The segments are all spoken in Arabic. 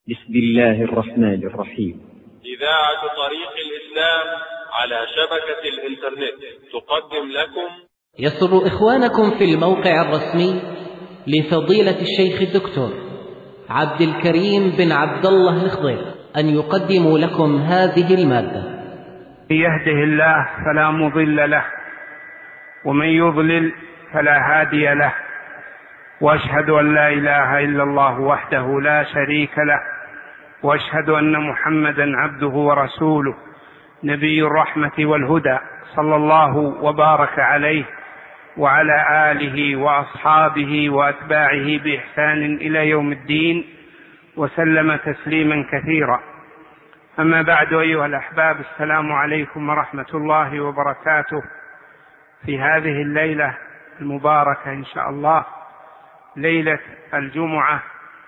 بسم الله الرحمن الرحيم. إذاعة طريق الإسلام على شبكة الإنترنت تقدم لكم يسر إخوانكم في الموقع الرسمي لفضيلة الشيخ الدكتور عبد الكريم بن عبد الله الخضير أن يقدموا لكم هذه المادة. يهده الله فلا مضل له ومن يضلل فلا هادي له، وأشهد أن لا إله إلا الله وحده لا شريك له، وأشهد أن محمدا عبده ورسوله نبي الرحمة والهدى، صلى الله وبارك عليه وعلى آله وأصحابه وأتباعه بإحسان إلى يوم الدين، وسلم تسليما كثيرا. أما بعد، أيها الأحباب، السلام عليكم ورحمة الله وبركاته. في هذه الليلة المباركة إن شاء الله، ليلة الجمعة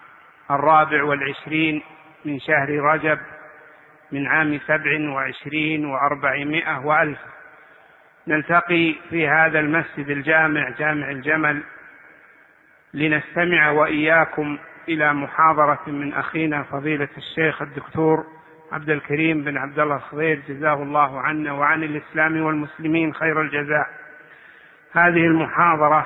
24 من شهر رجب من عام 27 و400 وألف، نلتقي في هذا المسجد الجامع، جامع الجمل، لنستمع وإياكم إلى محاضرة من أخينا فضيلة الشيخ الدكتور عبد الكريم بن عبد الله الخضير، جزاه الله عنا وعن الإسلام والمسلمين خير الجزاء. هذه المحاضرة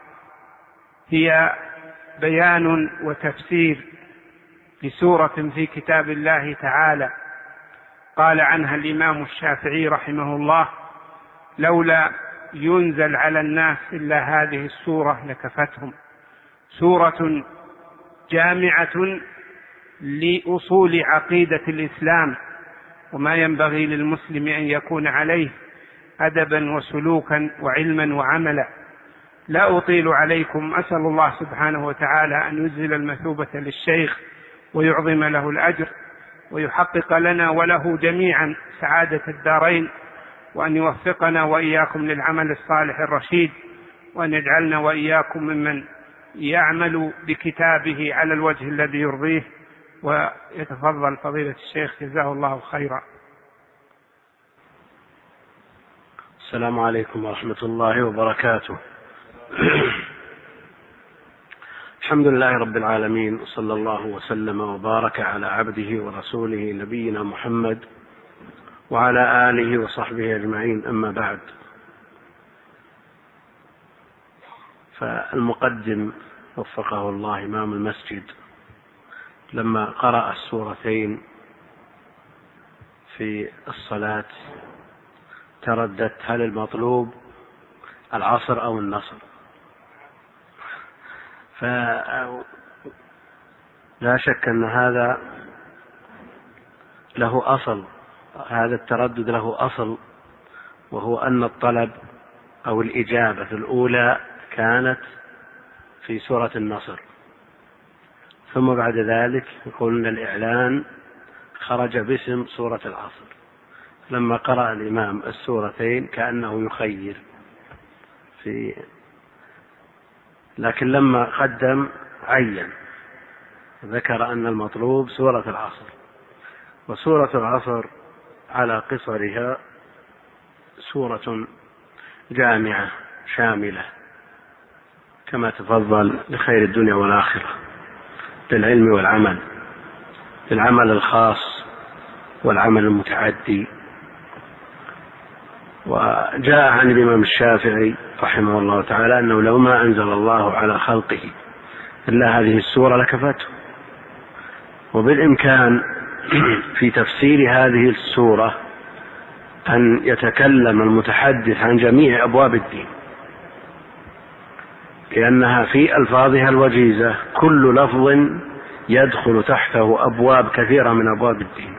هي بيان وتفسير لسورة في كتاب الله تعالى، قال عنها الإمام الشافعي رحمه الله: لولا ينزل على الناس إلا هذه السورة لكفتهم. سورة جامعة لأصول عقيدة الإسلام وما ينبغي للمسلم أن يكون عليه أدبا وسلوكا وعلما وعملا. لا أطيل عليكم، أسأل الله سبحانه وتعالى أن يجزل المثوبة للشيخ ويعظم له الأجر، ويحقق لنا وله جميعا سعادة الدارين، وأن يوفقنا وإياكم للعمل الصالح الرشيد، وأن يجعلنا وإياكم ممن يعمل بكتابه على الوجه الذي يرضيه. ويتفضل فضيلة الشيخ جزاه الله خيرا. السلام عليكم ورحمة الله وبركاته. الحمد لله رب العالمين، وصلى الله وسلم وبارك على عبده ورسوله نبينا محمد وعلى آله وصحبه أجمعين. أما بعد، فالمقدم وفقه الله إمام المسجد لما قرأ السورتين في الصلاة ترددت هل المطلوب العصر أو النصر، فلا شك أن هذا له أصل، هذا التردد له أصل، وهو أن الطلب أو الإجابة الأولى كانت في سورة النصر، ثم بعد ذلك قلنا الإعلان خرج باسم سورة العصر. لما قرأ الإمام السورتين كأنه يخير لكن لما قدم عين ذكر أن المطلوب سورة العصر. وسورة العصر على قصرها سورة جامعة شاملة كما تفضل لخير الدنيا والآخرة، للعلم والعمل، للعمل الخاص والعمل المتعدي. وجاء عن الإمام الشافعي رحمه الله تعالى أنه لو ما أنزل الله على خلقه إلا هذه السورة لكفته. وبالإمكان في تفسير هذه السورة أن يتكلم المتحدث عن جميع أبواب الدين، لأنها في ألفاظها الوجيزة كل لفظ يدخل تحته أبواب كثيرة من أبواب الدين.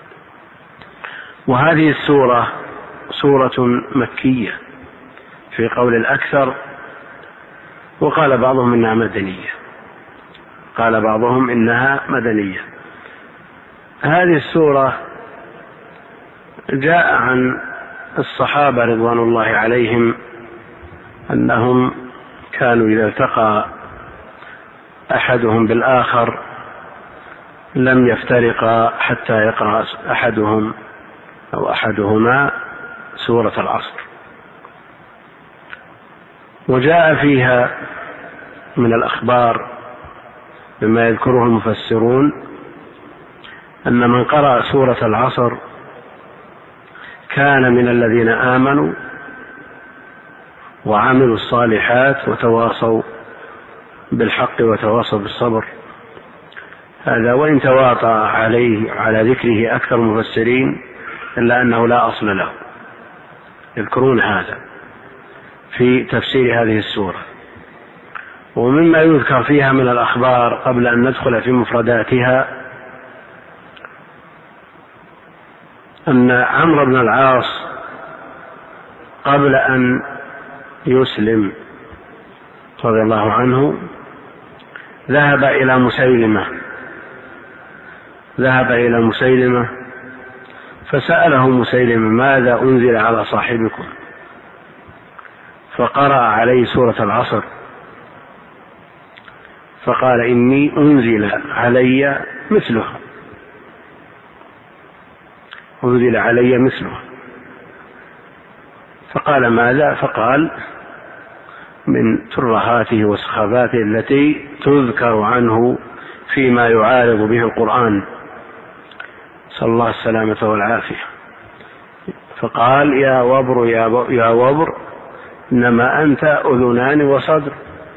وهذه السورة سورة مكية في قول الأكثر، وقال بعضهم إنها مدنية، قال بعضهم إنها مدنية. هذه السورة جاء عن الصحابة رضوان الله عليهم أنهم كانوا إذا التقى أحدهم بالآخر لم يفترقا حتى يقرأ أحدهم أو أحدهما سورة العصر. وجاء فيها من الأخبار بما يذكره المفسرون أن من قرأ سورة العصر كان من الذين آمنوا وعملوا الصالحات وتواصوا بالحق وتواصوا بالصبر. هذا وإن تواطأ عليه على ذكره أكثر المفسرين إلا أنه لا أصل له، يذكرون هذا في تفسير هذه السورة. ومما يذكر فيها من الأخبار قبل أن ندخل في مفرداتها أن عمرو بن العاص قبل أن يسلم رضي الله عنه ذهب إلى مسيلمة فسأله مسيلمة ماذا أنزل على صاحبكم؟ فقرأ عليه سورة العصر فقال إني أنزل علي مثلها. فقال ماذا؟ فقال من ترهاته وسخافاته التي تذكر عنه فيما يعارض به القرآن، صلى الله السلامة والعافية. فقال يا وبر إنما أنت أذنان وصدر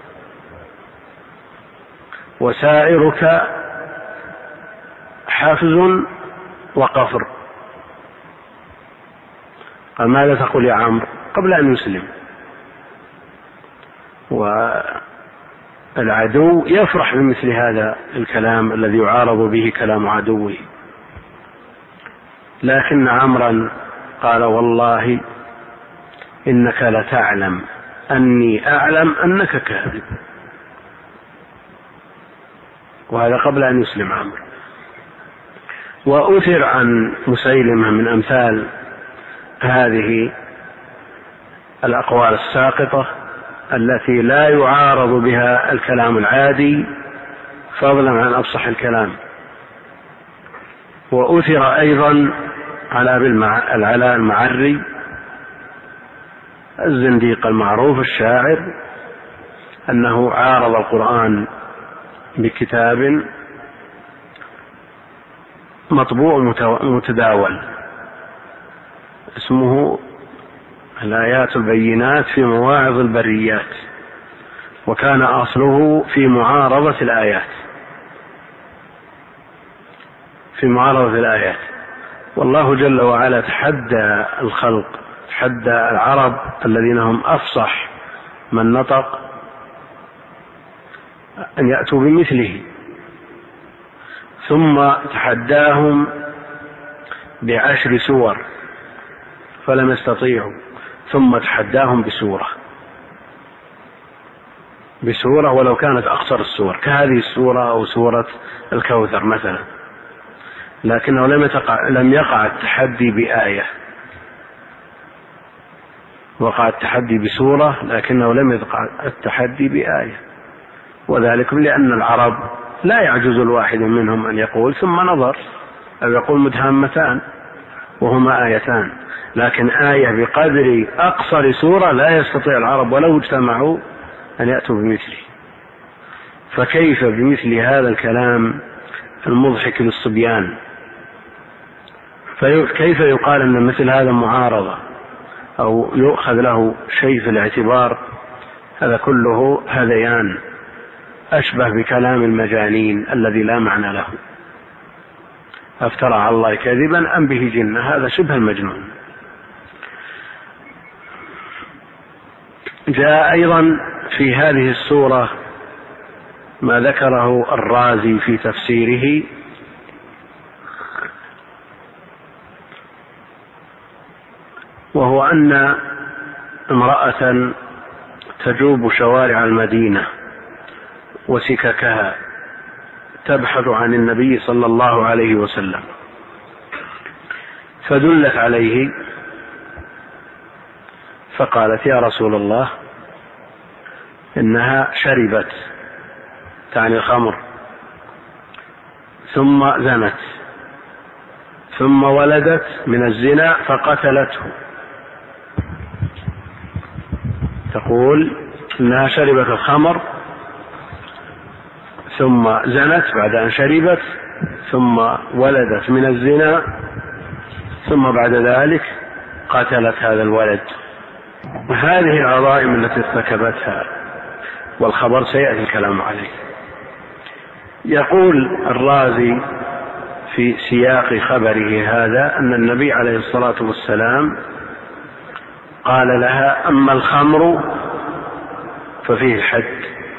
وسائرك حفظ وقفر. قال ماذا تقول يا عمرو؟ قبل أن يسلم. والعدو يفرح بمثل هذا الكلام الذي يعارض به كلام عدوه، لكن عمرا قال والله إنك لتعلم أني أعلم أنك كاذب. وهذا قبل أن يسلم عمرو. وأثر عن مسيلمة من أمثال هذه الأقوال الساقطة التي لا يعارض بها الكلام العادي فضلا عن أفصح الكلام. وأثر أيضا على العلاء المعري الزنديق المعروف الشاعر أنه عارض القرآن بكتاب مطبوع متداول اسمه الآيات البينات في مواعظ البريات، وكان أصله في معارضة الآيات. والله جل وعلا تحدى الخلق، تحدى العرب الذين هم أفصح من نطق أن يأتوا بمثله، ثم تحداهم ب10 سور فلم يستطيعوا، ثم تحداهم بسورة ولو كانت أقصر السور كهذه السورة أو سورة الكوثر مثلا، لكنه لم يقع التحدي بآية، وقع التحدي بسورة لكنه لم يقع التحدي بآية. وذلك لأن العرب لا يعجز الواحد منهم أن يقول ثم نظر أو يقول مدهامتان وهما آيتان، لكن آية بقدر أقصر سورة لا يستطيع العرب ولو اجتمعوا أن يأتوا بمثله. فكيف بمثل هذا الكلام المضحك للصبيان؟ فكيف يقال أن مثل هذا معارضة أو يؤخذ له شيء في الاعتبار؟ هذا كله هذيان، أشبه بكلام المجانين الذي لا معنى له. أفترى على الله كذبا أم به جنة، هذا شبه المجنون. جاء أيضا في هذه السورة ما ذكره الرازي في تفسيره وهو أن امرأة تجوب شوارع المدينة وسككها تبحث عن النبي صلى الله عليه وسلم، فدلت عليه فقالت يا رسول الله إنها شربت تعني الخمر ثم زنت ثم ولدت من الزنا فقتلته. تقول إنها شربت الخمر ثم زنت بعد أن شربت ثم ولدت من الزنا، ثم بعد ذلك قتلت هذا الولد. هذه العظائم التي ارتكبتها، والخبر سيأتي الكلام عليه. يقول الرازي في سياق خبره هذا أن النبي عليه الصلاة والسلام قال لها: أما الخمر ففيه الحد،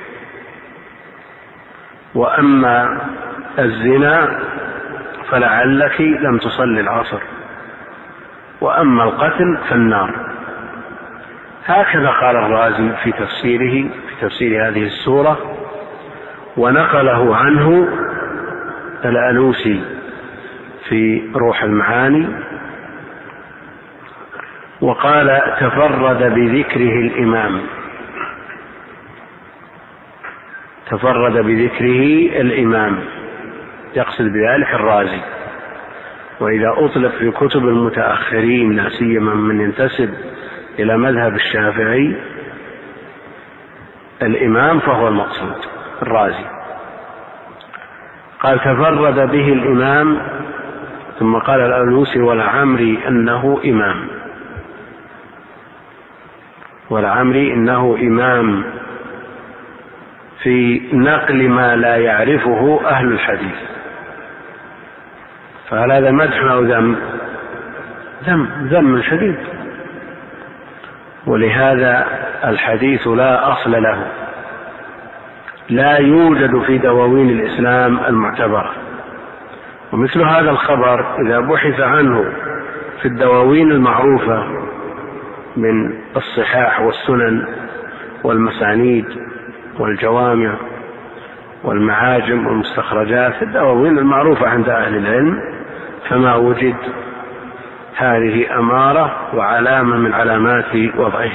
وأما الزنا فلعلك لم تصلي العصر، وأما القتل فالنار. هكذا قال الرازي في تفسير هذه السورة، ونقله عنه الألوسي في روح المعاني، وقال: تفرد بذكره الإمام، يقصد بذلك الرازي. وإذا أطلق في كتب المتأخرين لا سيما من ينتسب إلى مذهب الشافعي الإمام فهو المقصود الرازي. قال: تفرد به الإمام. ثم قال الألوسي: ولعمري إنه إمام في نقل ما لا يعرفه أهل الحديث. فهل هذا مدح أو ذم شديد؟ ولهذا الحديث لا أصل له، لا يوجد في دواوين الإسلام المعتبرة. ومثل هذا الخبر إذا بحث عنه في الدواوين المعروفة من الصحاح والسنن والمسانيد والجوامع والمعاجم والمستخرجات، الدواوين المعروفة عند أهل العلم، فما وجد هذه أمارة وعلامة من علامات وضعه.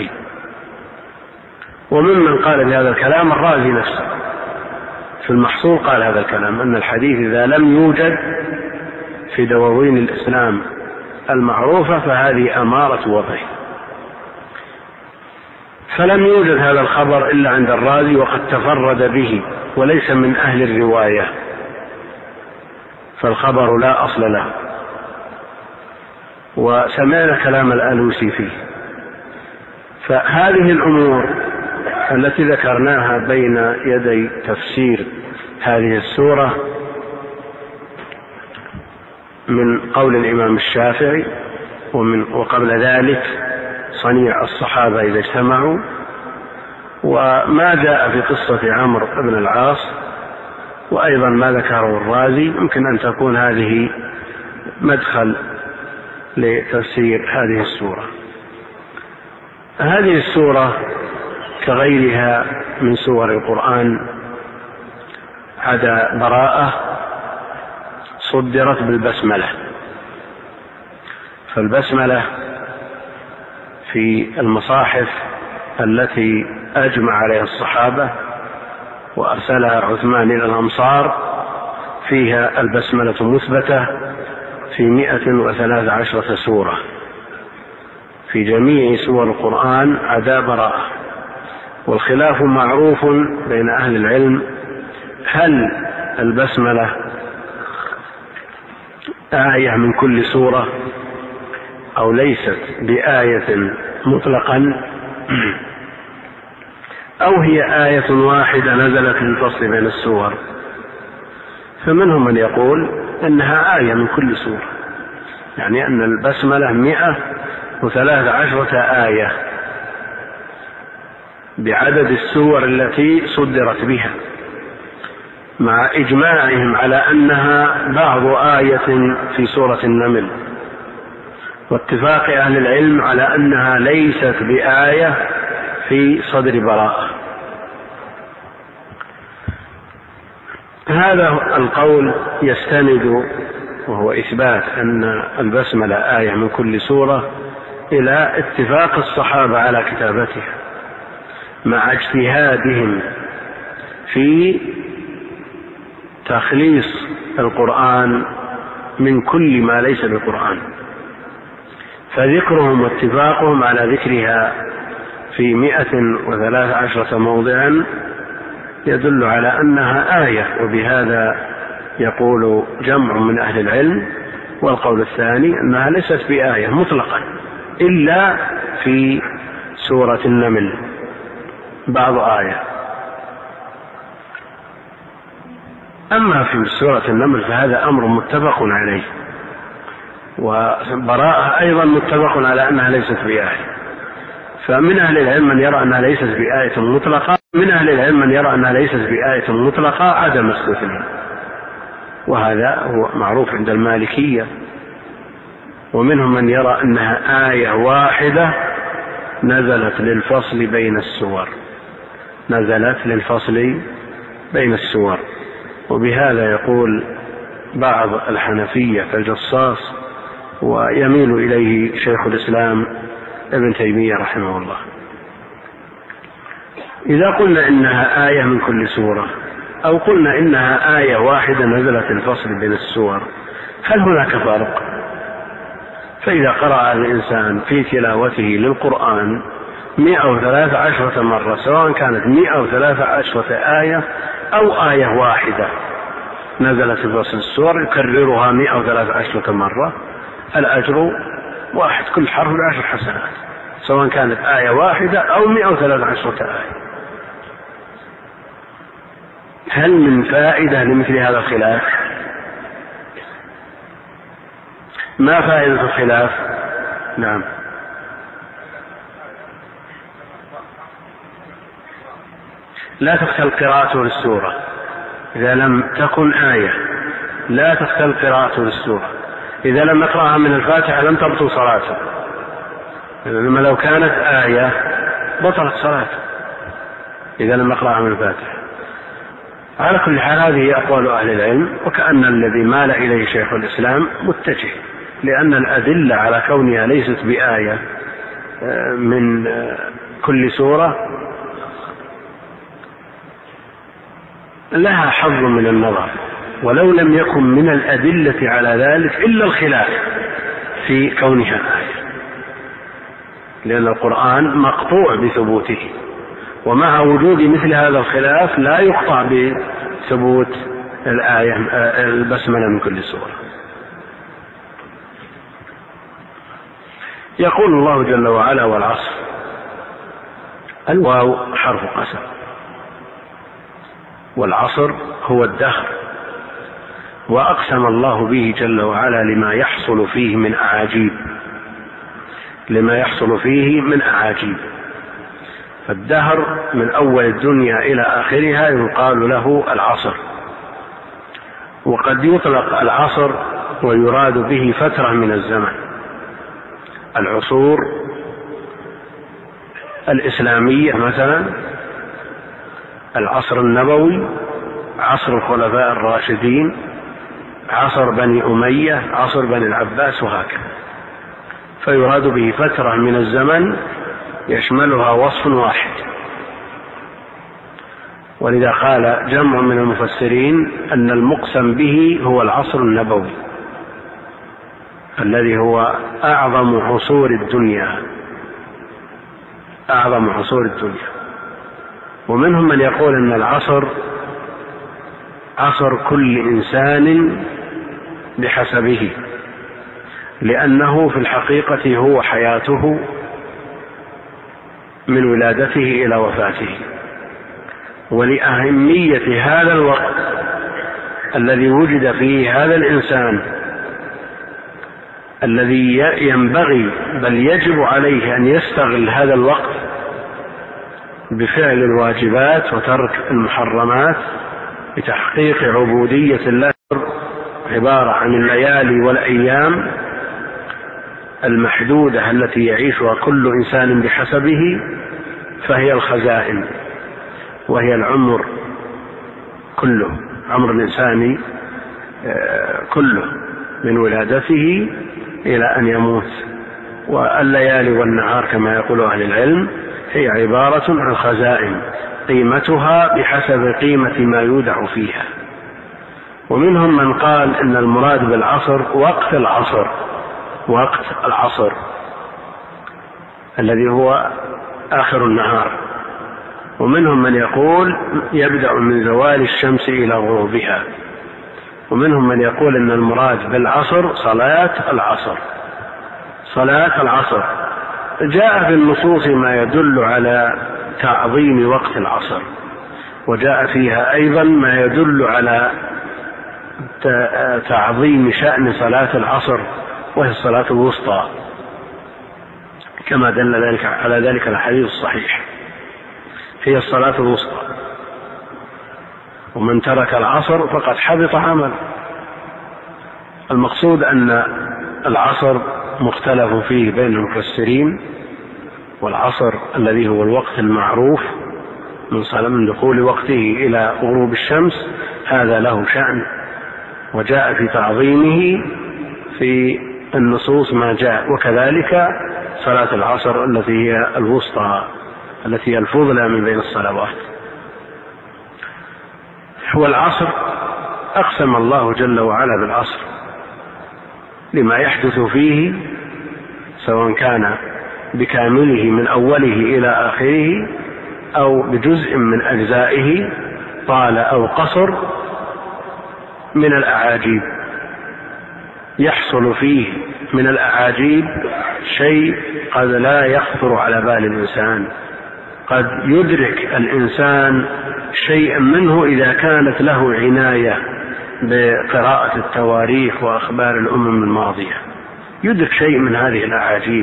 وممن قال بهذا الكلام الرازي نفسه في المحصول، قال هذا الكلام أن الحديث إذا لم يوجد في دواوين الإسلام المعروفة فهذه أمارة وضعه. فلم يوجد هذا الخبر إلا عند الرازي، وقد تفرد به وليس من أهل الرواية، فالخبر لا أصل له. وسمعنا كلام الألوسي فيه. فهذه الأمور التي ذكرناها بين يدي تفسير هذه السورة من قول الإمام الشافعي، وقبل ذلك صنيع الصحابة إذا اجتمعوا، وما جاء في قصة عمرو بن العاص، وأيضا ما ذكره الرازي، يمكن أن تكون هذه مدخل لتفسير هذه السورة. هذه السورة كغيرها من سور القرآن عدا براءة صدرت بالبسملة. فالبسملة في المصاحف التي أجمع عليها الصحابة وأرسلها عثمان إلى الأمصار فيها البسملة مثبتة في 113 سورة في جميع سور القرآن عدا براءة. والخلاف معروف بين أهل العلم، هل البسملة آية من كل سورة أو ليست بآية مطلقا، أو هي آية واحدة نزلت للفصل بين السور. فمنهم من يقول إنها آية من كل سورة، يعني أن البسملة 113 آية بعدد السور التي صدرت بها، مع إجماعهم على أنها بعض آية في سورة النمل، واتفاق أهل العلم على أنها ليست بآية في صدر براءة. هذا القول يستند، وهو إثبات أن البسملة آية من كل سورة، إلى اتفاق الصحابة على كتابتها مع اجتهادهم في تخليص القرآن من كل ما ليس بالقرآن. فذكرهم واتفاقهم على ذكرها في 113 موضعا يدل على أنها آية، وبهذا يقول جمع من أهل العلم. والقول الثاني أنها ليست بآية مطلقا إلا في سورة النمل بعض آية. أما في سورة النمل فهذا أمر متفق عليه، وبراءة أيضا متفق على أنها ليست بآية. فمن أهل العلم من يرى أنها ليست بآية مطلقة، من أهل العلم من يرى أنها ليست بآية مطلقة عدم استثناء، وهذا هو معروف عند المالكية. ومنهم من يرى أنها آية واحدة نزلت للفصل بين السور، نزلت للفصل بين السور. وبهذا يقول بعض الحنفية كالجصاص، ويميل إليه شيخ الإسلام ابن تيمية رحمه الله. إذا قلنا إنها آية من كل سورة، أو قلنا إنها آية واحدة نزلت الفصل بين السور، هل هناك فرق؟ فإذا قرأ الإنسان في تلاوته للقرآن 113 مرة، سواء كانت 113 آية أو آية واحدة نزلت في فصل السور، يكررها 113 مرة، الأجر واحد، كل حرف ب10 حسنات، سواء كانت آية واحدة أو 113 آية. هل من فائدة لمثل هذا الخلاف؟ ما فائدة الخلاف؟ نعم، لا تختل قراءته للسورة إذا لم تكن آية، لا تختل قراءته للسورة. إذا لم نقرأها من الفاتحة لم تبطل صلاته، لما لو كانت آية بطلت صلاته إذا لم نقرأها من الفاتحة. على كل حال هذه أقوال أهل العلم، وكأن الذي مال إليه شيخ الإسلام متجه، لأن الأدلة على كونها ليست بآية من كل سورة لها حظ من النظر، ولو لم يكن من الأدلة على ذلك إلا الخلاف في كونها آية، لأن القرآن مقطوع بثبوته، ومع وجود مثل هذا الخلاف لا يقطع بثبوت الآية البسملة من كل سورة. يقول الله جل وعلا: والعصر. الواو حرف قسم، والعصر هو الدهر، وأقسم الله به جل وعلا لما يحصل فيه من أعاجيب، لما يحصل فيه من أعاجيب. فالدهر من أول الدنيا إلى آخرها يقال له العصر. وقد يطلق العصر ويراد به فترة من الزمن. العصور الإسلامية مثلا، العصر النبوي، عصر الخلفاء الراشدين، عصر بني أمية، عصر بني العباس، وهكذا. فيراد به فترة من الزمن يشملها وصف واحد. ولذا قال جمع من المفسرين أن المقسم به هو العصر النبوي الذي هو أعظم عصور الدنيا، أعظم عصور الدنيا. ومنهم من يقول أن العصر عصر كل إنسان بحسبه، لأنه في الحقيقة هو حياته من ولادته إلى وفاته. ولأهمية هذا الوقت الذي وجد فيه هذا الإنسان الذي ينبغي بل يجب عليه أن يستغل هذا الوقت بفعل الواجبات وترك المحرمات بتحقيق عبودية الله، عبارة عن الليالي والأيام المحدودة التي يعيشها كل إنسان بحسبه، فهي الخزائن، وهي العمر كله، عمر الإنسان كله من ولادته إلى أن يموت. والليالي والنهار كما يقول أهل العلم هي عبارة عن خزائن قيمتها بحسب قيمة ما يودع فيها. ومنهم من قال إن المراد بالعصر وقت العصر، وقت العصر الذي هو آخر النهار. ومنهم من يقول يبدأ من زوال الشمس إلى غروبها، ومنهم من يقول إن المراد بالعصر صلاة العصر، صلاة العصر. جاء في النصوص ما يدل على تعظيم وقت العصر، وجاء فيها أيضا ما يدل على تعظيم شأن صلاة العصر وهي الصلاة الوسطى، كما دل ذلك على ذلك الحديث الصحيح، هي الصلاة الوسطى. ومن ترك العصر فقد حبط عمل. المقصود أن العصر مختلف فيه بين المفسرين، والعصر الذي هو الوقت المعروف من دخول وقته إلى غروب الشمس هذا له شأن، وجاء في تعظيمه في النصوص ما جاء، وكذلك صلاة العصر التي هي الوسطى التي هي الفضلى من بين الصلوات. والعصر أقسم الله جل وعلا بالعصر لما يحدث فيه، سواء كان بكامله من أوله إلى آخره أو بجزء من أجزائه طال أو قصر من الأعاجيب. يحصل فيه من الأعاجيب شيء قد لا يخطر على بال الإنسان، قد يدرك الإنسان شيئا منه إذا كانت له عناية بقراءة التواريخ وأخبار الأمم الماضية، يدرك شيء من هذه الأعاجيب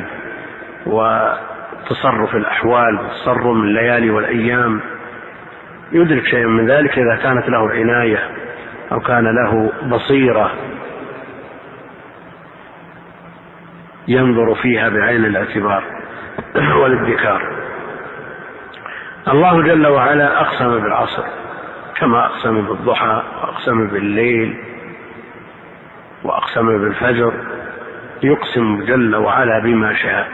وتصرف الأحوال والتصرف من الليالي والأيام، يدرك شيء من ذلك إذا كانت له عناية أو كان له بصيرة ينظر فيها بعين الاعتبار والادكار. الله جل وعلا أقسم بالعصر كما أقسم بالضحى وأقسم بالليل وأقسم بالفجر، يقسم جل وعلا بما شاء،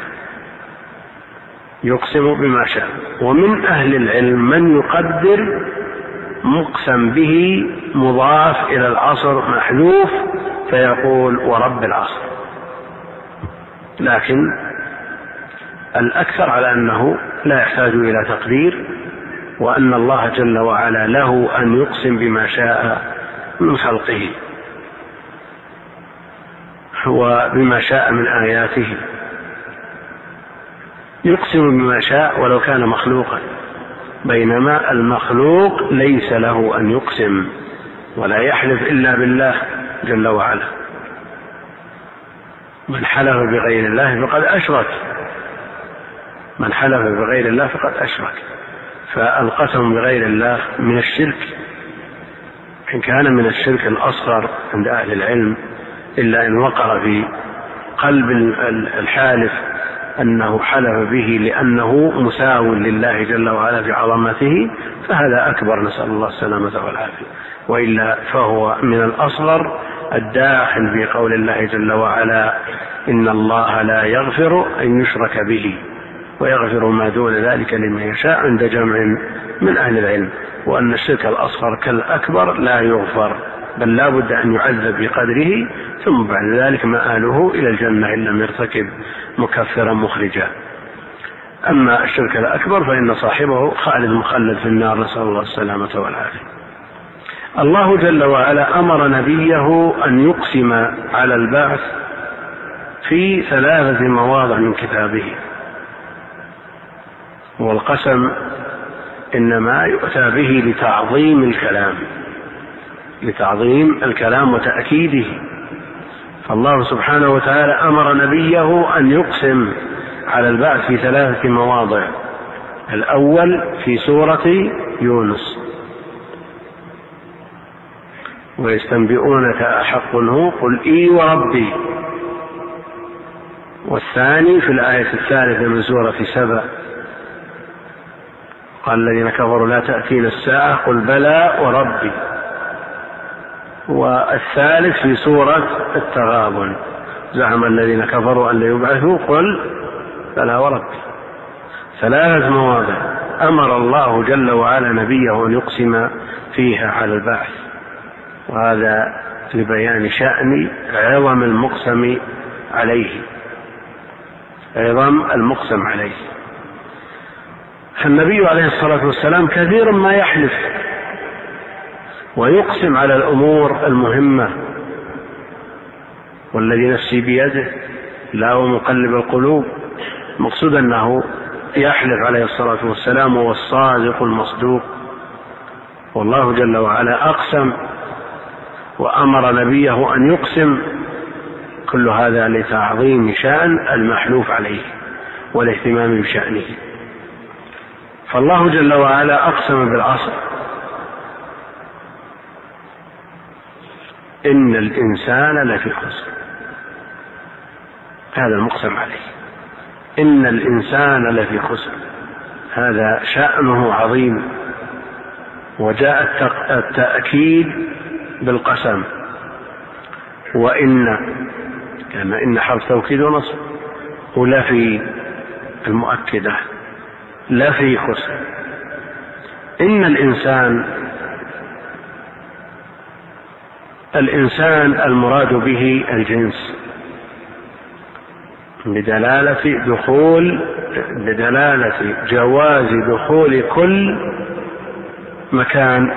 يقسم بما شاء. ومن أهل العلم من يقدر مقسم به مضاف إلى العصر محذوف فيقول ورب العصر، لكن الأكثر على أنه لا يحتاج إلى تقدير، وأن الله جل وعلا له أن يقسم بما شاء من خلقه وبما شاء من آياته، يقسم بما شاء ولو كان مخلوقا، بينما المخلوق ليس له أن يقسم ولا يحلف إلا بالله جل وعلا. من حلف بغير الله فقد أشرك، من حلف بغير الله فقد أشرك. فالقسم بغير الله من الشرك، إن كان من الشرك الأصغر عند أهل العلم، إلا إن وقع في قلب الحالف أنه حلف به لأنه مساو لله جل وعلا في عظمته، فهذا أكبر، نسأل الله السلامة والعافية. وإلا فهو من الأصغر الداخل في قول الله جل وعلا إن الله لا يغفر أن يشرك به ويغفر ما دون ذلك لمن يشاء، عند جمع من أهل العلم، وأن الشرك الأصغر كالأكبر لا يغفر، بل لا بد أن يعذب بقدره، ثم بعد ذلك مآله إلى الجنة إن لم يرتكب مكفرا مخرجا. أما الشرك الأكبر فإن صاحبه خالد مخلد في النار، نسأل الله السلامة والعافية. الله جل وعلا أمر نبيه أن يقسم على البعث في 3 مواضع من كتابه، والقسم إنما يؤتى به لتعظيم الكلام، لتعظيم الكلام وتأكيده. فالله سبحانه وتعالى أمر نبيه أن يقسم على البعث في 3 مواضع. الأول في سورة يونس: ويستنبئونك أحق هو قل إي وربي. والثاني في الآية 3 من سورة سبأ: قال الذين كفروا لا تأتينا الساعة قل بلى وربي. والثالث في سورة التغابن: زعم الذين كفروا أن لا يبعثوا قل بلى وربي. 3 مواضع أمر الله جل وعلا نبيه أن يقسم فيها على البعث، وهذا لبيان شأن عظم المقسم عليه، عظم المقسم عليه. النبي عليه الصلاة والسلام كثيرا ما يحلف، ويقسم على الأمور المهمة، والذي نفسي بيده لا ومقلب القلوب. مقصود أنه يحلف عليه الصلاة والسلام وهو الصادق المصدوق، والله جل وعلا أقسم وأمر نبيه أن يقسم. كل هذا لتعظيم شأن المحلوف عليه والاهتمام بشأنه. فالله جل وعلا أقسم بالعصر، إن الإنسان لفي خسر، هذا المقسم عليه، إن الإنسان لفي خسر، هذا شأنه عظيم. وجاء التأكيد بالقسم، وإن كان إن حرف توكيد ونصب، ولفي المؤكدة لفي خسر. إن الإنسان المراد به الجنس بدلالة جواز دخول كل مكان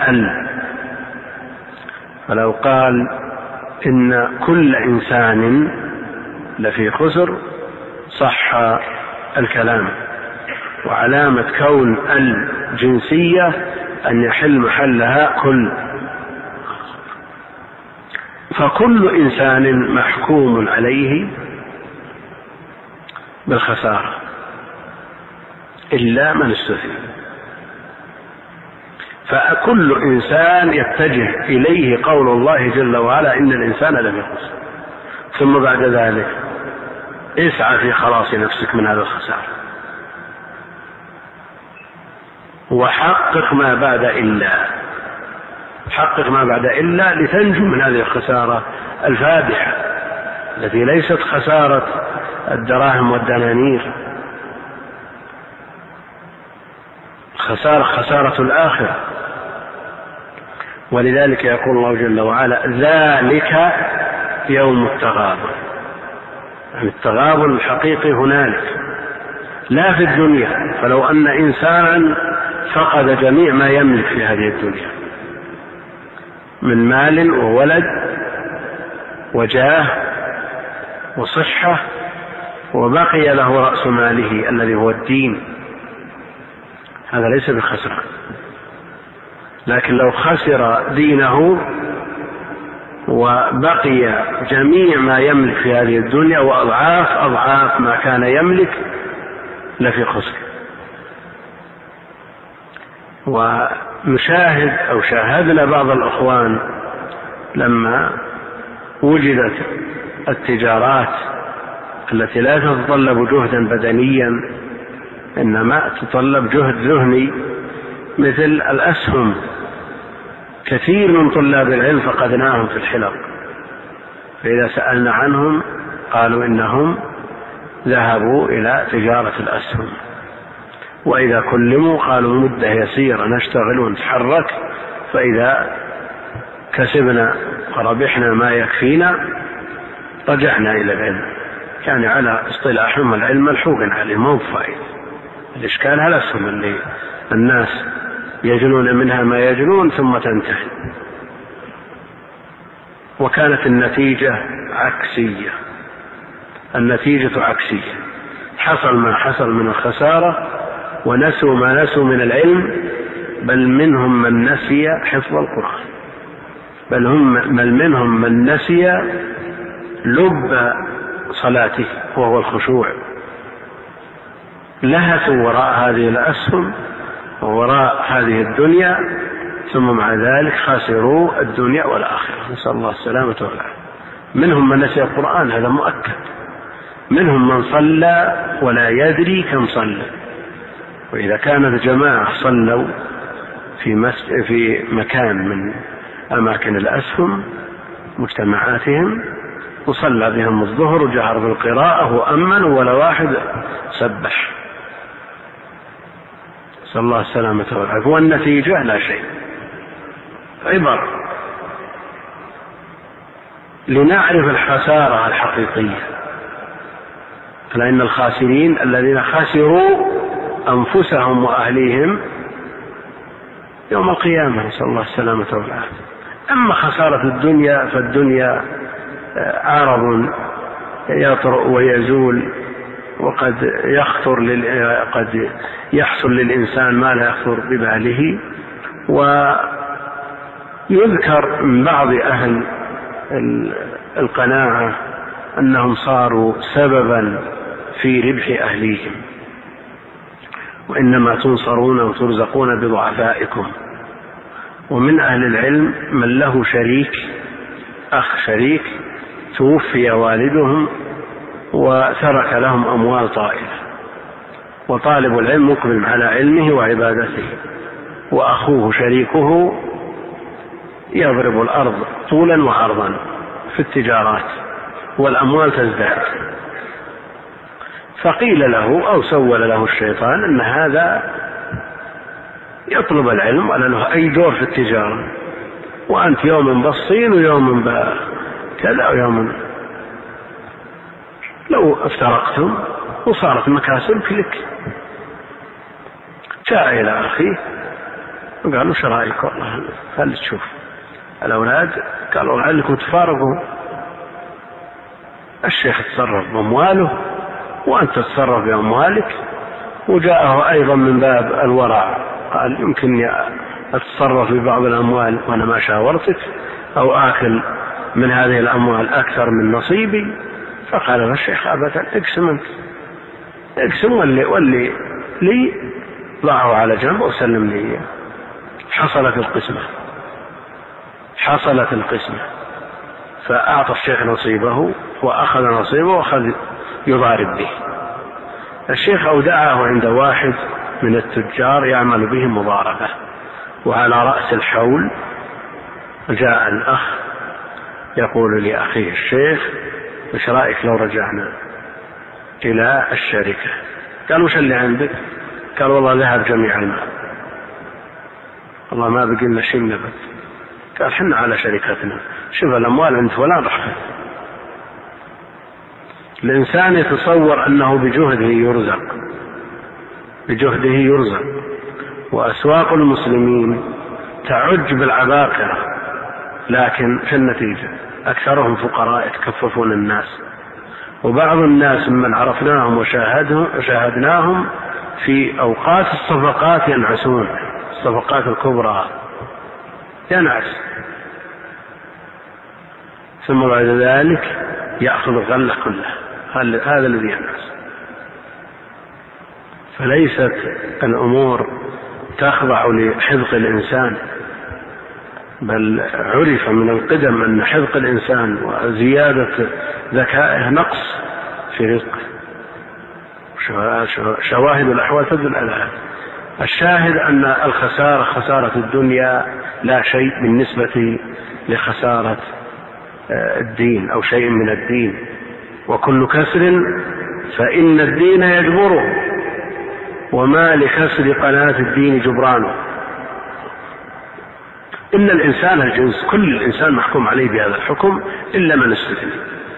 فلو قال إن كل إنسان لفي خسر صح الكلام، وعلامة كون الجنسية أن يحل محلها كل، فكل إنسان محكوم عليه بالخسارة إلا من استثنى. فكل إنسان يتجه إليه قول الله جل وعلا إن الإنسان لفي خسر، ثم بعد ذلك اسعى في خلاص نفسك من هذا الخسارة، وحقق ما بعد إلا لتنجو من هذه الخسارة الفادحة التي ليست خسارة الدراهم والدنانير، خسارة الآخرة. ولذلك يقول الله جل وعلا ذلك يوم التغابن، يعني التغابن الحقيقي هنالك لا في الدنيا. فلو أن إنسانا فقد جميع ما يملك في هذه الدنيا من مال وولد وجاه وصحة، وبقي له رأس ماله الذي هو الدين، هذا ليس بخسران. لكن لو خسر دينه وبقي جميع ما يملك في هذه الدنيا وأضعاف ما كان يملك لفي خسر. ونشاهد أو شاهدنا بعض الأخوان لما وجدت التجارات التي لا تتطلب جهدا بدنيا إنما تتطلب جهد ذهني مثل الأسهم، كثير من طلاب العلم فقدناهم في الحلق، فإذا سألنا عنهم قالوا إنهم ذهبوا إلى تجارة الأسهم، وإذا كلموا قالوا مدة يسيرة نشتغل ونتحرك، فإذا كسبنا وربحنا ما يكفينا رجعنا إلى العلم. يعني على اصطلاحهم العلم ملحوق عليه ما هو فائد. الإشكال على الأسهم اللي الناس يجنون منها ما يجنون ثم تنتهي. وكانت النتيجة عكسية، حصل ما حصل من الخسارة ونسوا ما نسوا من العلم، بل منهم من نسي حفظ القرآن، بل منهم من نسي لب صلاته وهو الخشوع. لهثوا وراء هذه الأسهم ووراء هذه الدنيا، ثم مع ذلك خسروا الدنيا والآخرة، نسأل الله السلامة والعافية. منهم من نسي القرآن، هذا مؤكد. منهم من صلى ولا يدري كم صلى. وإذا كانت جماعة صلوا في مكان من أماكن الأسهم مجتمعاتهم وصلى بهم الظهر وجهر بالقراءة وأمن ولا واحد سبح، صلى الله السلامة والعافية، والنتيجة لا شيء. عبر لنعرف الخسارة الحقيقية، لأن الخاسرين الذين خسروا أنفسهم وأهليهم يوم القيامة، نسأل الله السلامة والعافية. أما خسارة الدنيا فالدنيا عرض يطرأ ويزول، وقد قد يحصل للإنسان ما لا يخطر بباله. ويذكر من بعض أهل القناعة أنهم صاروا سببا في ربح أهليهم، وإنما تنصرون وترزقون بضعفائكم. ومن أهل العلم من له شريك، أخ شريك توفي والدهم وترك لهم أموال طائلة، وطالب العلم مقبل على علمه وعبادته، وأخوه شريكه يضرب الأرض طولا وعرضا في التجارات والأموال تزداد. فقيل له أو سول له الشيطان أن هذا يطلب العلم ولا له أي دور في التجارة، وأنت يوم بالصين ويوم بكذا ويوم، لو افترقتم وصارت مكاسبك لك. جاء إلى أخيه وقالوا شو رأيك؟ والله هل تشوف الأولاد؟ قالوا لعلكم تفارقوا، الشيخ تصرف بأمواله وأنت تتصرف بأموالك. وجاءه أيضا من باب الورع قال يمكن أتصرف ببعض الأموال وأنا ما شاورتك، أو آكل من هذه الأموال أكثر من نصيبي. فقال له الشيخ أبدا، اقسم أنت، اقسم واللي لي ضعه على جنب وسلم لي إياه. حصلت القسمة، فأعطى الشيخ نصيبه وأخذ نصيبه وأخذ يضارب به. الشيخ أودعه عند واحد من التجار يعمل به مضاربة، وعلى رأس الحول جاء الأخ يقول لأخيه الشيخ مش رأيك لو رجعنا إلى الشركة؟ قال وش اللي عندك؟ قال والله ذهب جميع المال، والله ما بقي لنا شيء نبت. قال حنا على شركتنا، شوف الأموال عند فلان رحمت. الإنسان يتصور أنه بجهده يرزق، وأسواق المسلمين تعج بالعباقرة، لكن في النتيجة أكثرهم فقراء يتكففون الناس. وبعض الناس من عرفناهم وشاهدناهم في أوقات الصفقات ينعسون، الصفقات الكبرى ينعس، ثم بعد ذلك يأخذ الغلة كلها. هذا الذي ينعس. فليست الأمور تخضع لحذق الإنسان، بل عرف من القدم أن حذق الإنسان وزيادة ذكائه نقص في رزقه. شواهد الأحوال تدل على هذا. الشاهد أن الخسارة، خسارة الدنيا لا شيء بالنسبة لخسارة الدين أو شيء من الدين، وكل كسر فإن الدين يجبره، وما لكسر قناة الدين جبرانه. إن الإنسان الجنس، كل الإنسان محكوم عليه بهذا الحكم إلا من استثنى،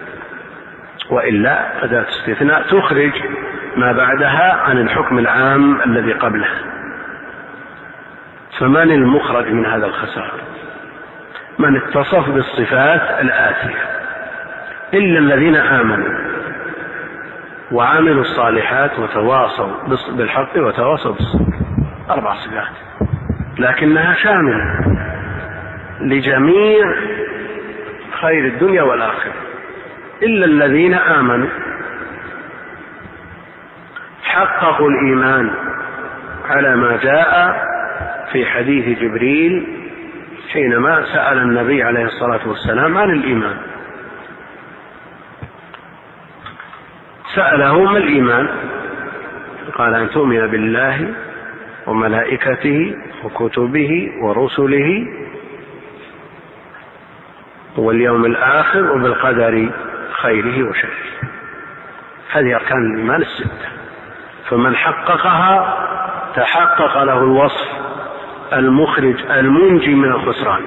وإلا أداة استثناء تخرج ما بعدها عن الحكم العام الذي قبله. فمن المخرج من هذا الخسارة؟ من اتصف بالصفات الآتية، إلا الذين آمنوا وعملوا الصالحات وتواصوا بالحق وتواصوا بالصبر. 4 صفات، لكنها شاملة لجميع خير الدنيا والآخرة. إلا الذين آمنوا حققوا الإيمان على ما جاء في حديث جبريل حينما سأل النبي عليه الصلاة والسلام عن الإيمان، سأله ما الإيمان؟ قال أن تؤمن بالله وملائكته وكتبه ورسله واليوم الآخر وبالقدر خيره وشره. هذه أركان الإيمان 6، فمن حققها تحقق له الوصف المخرج المنجي من الخسران.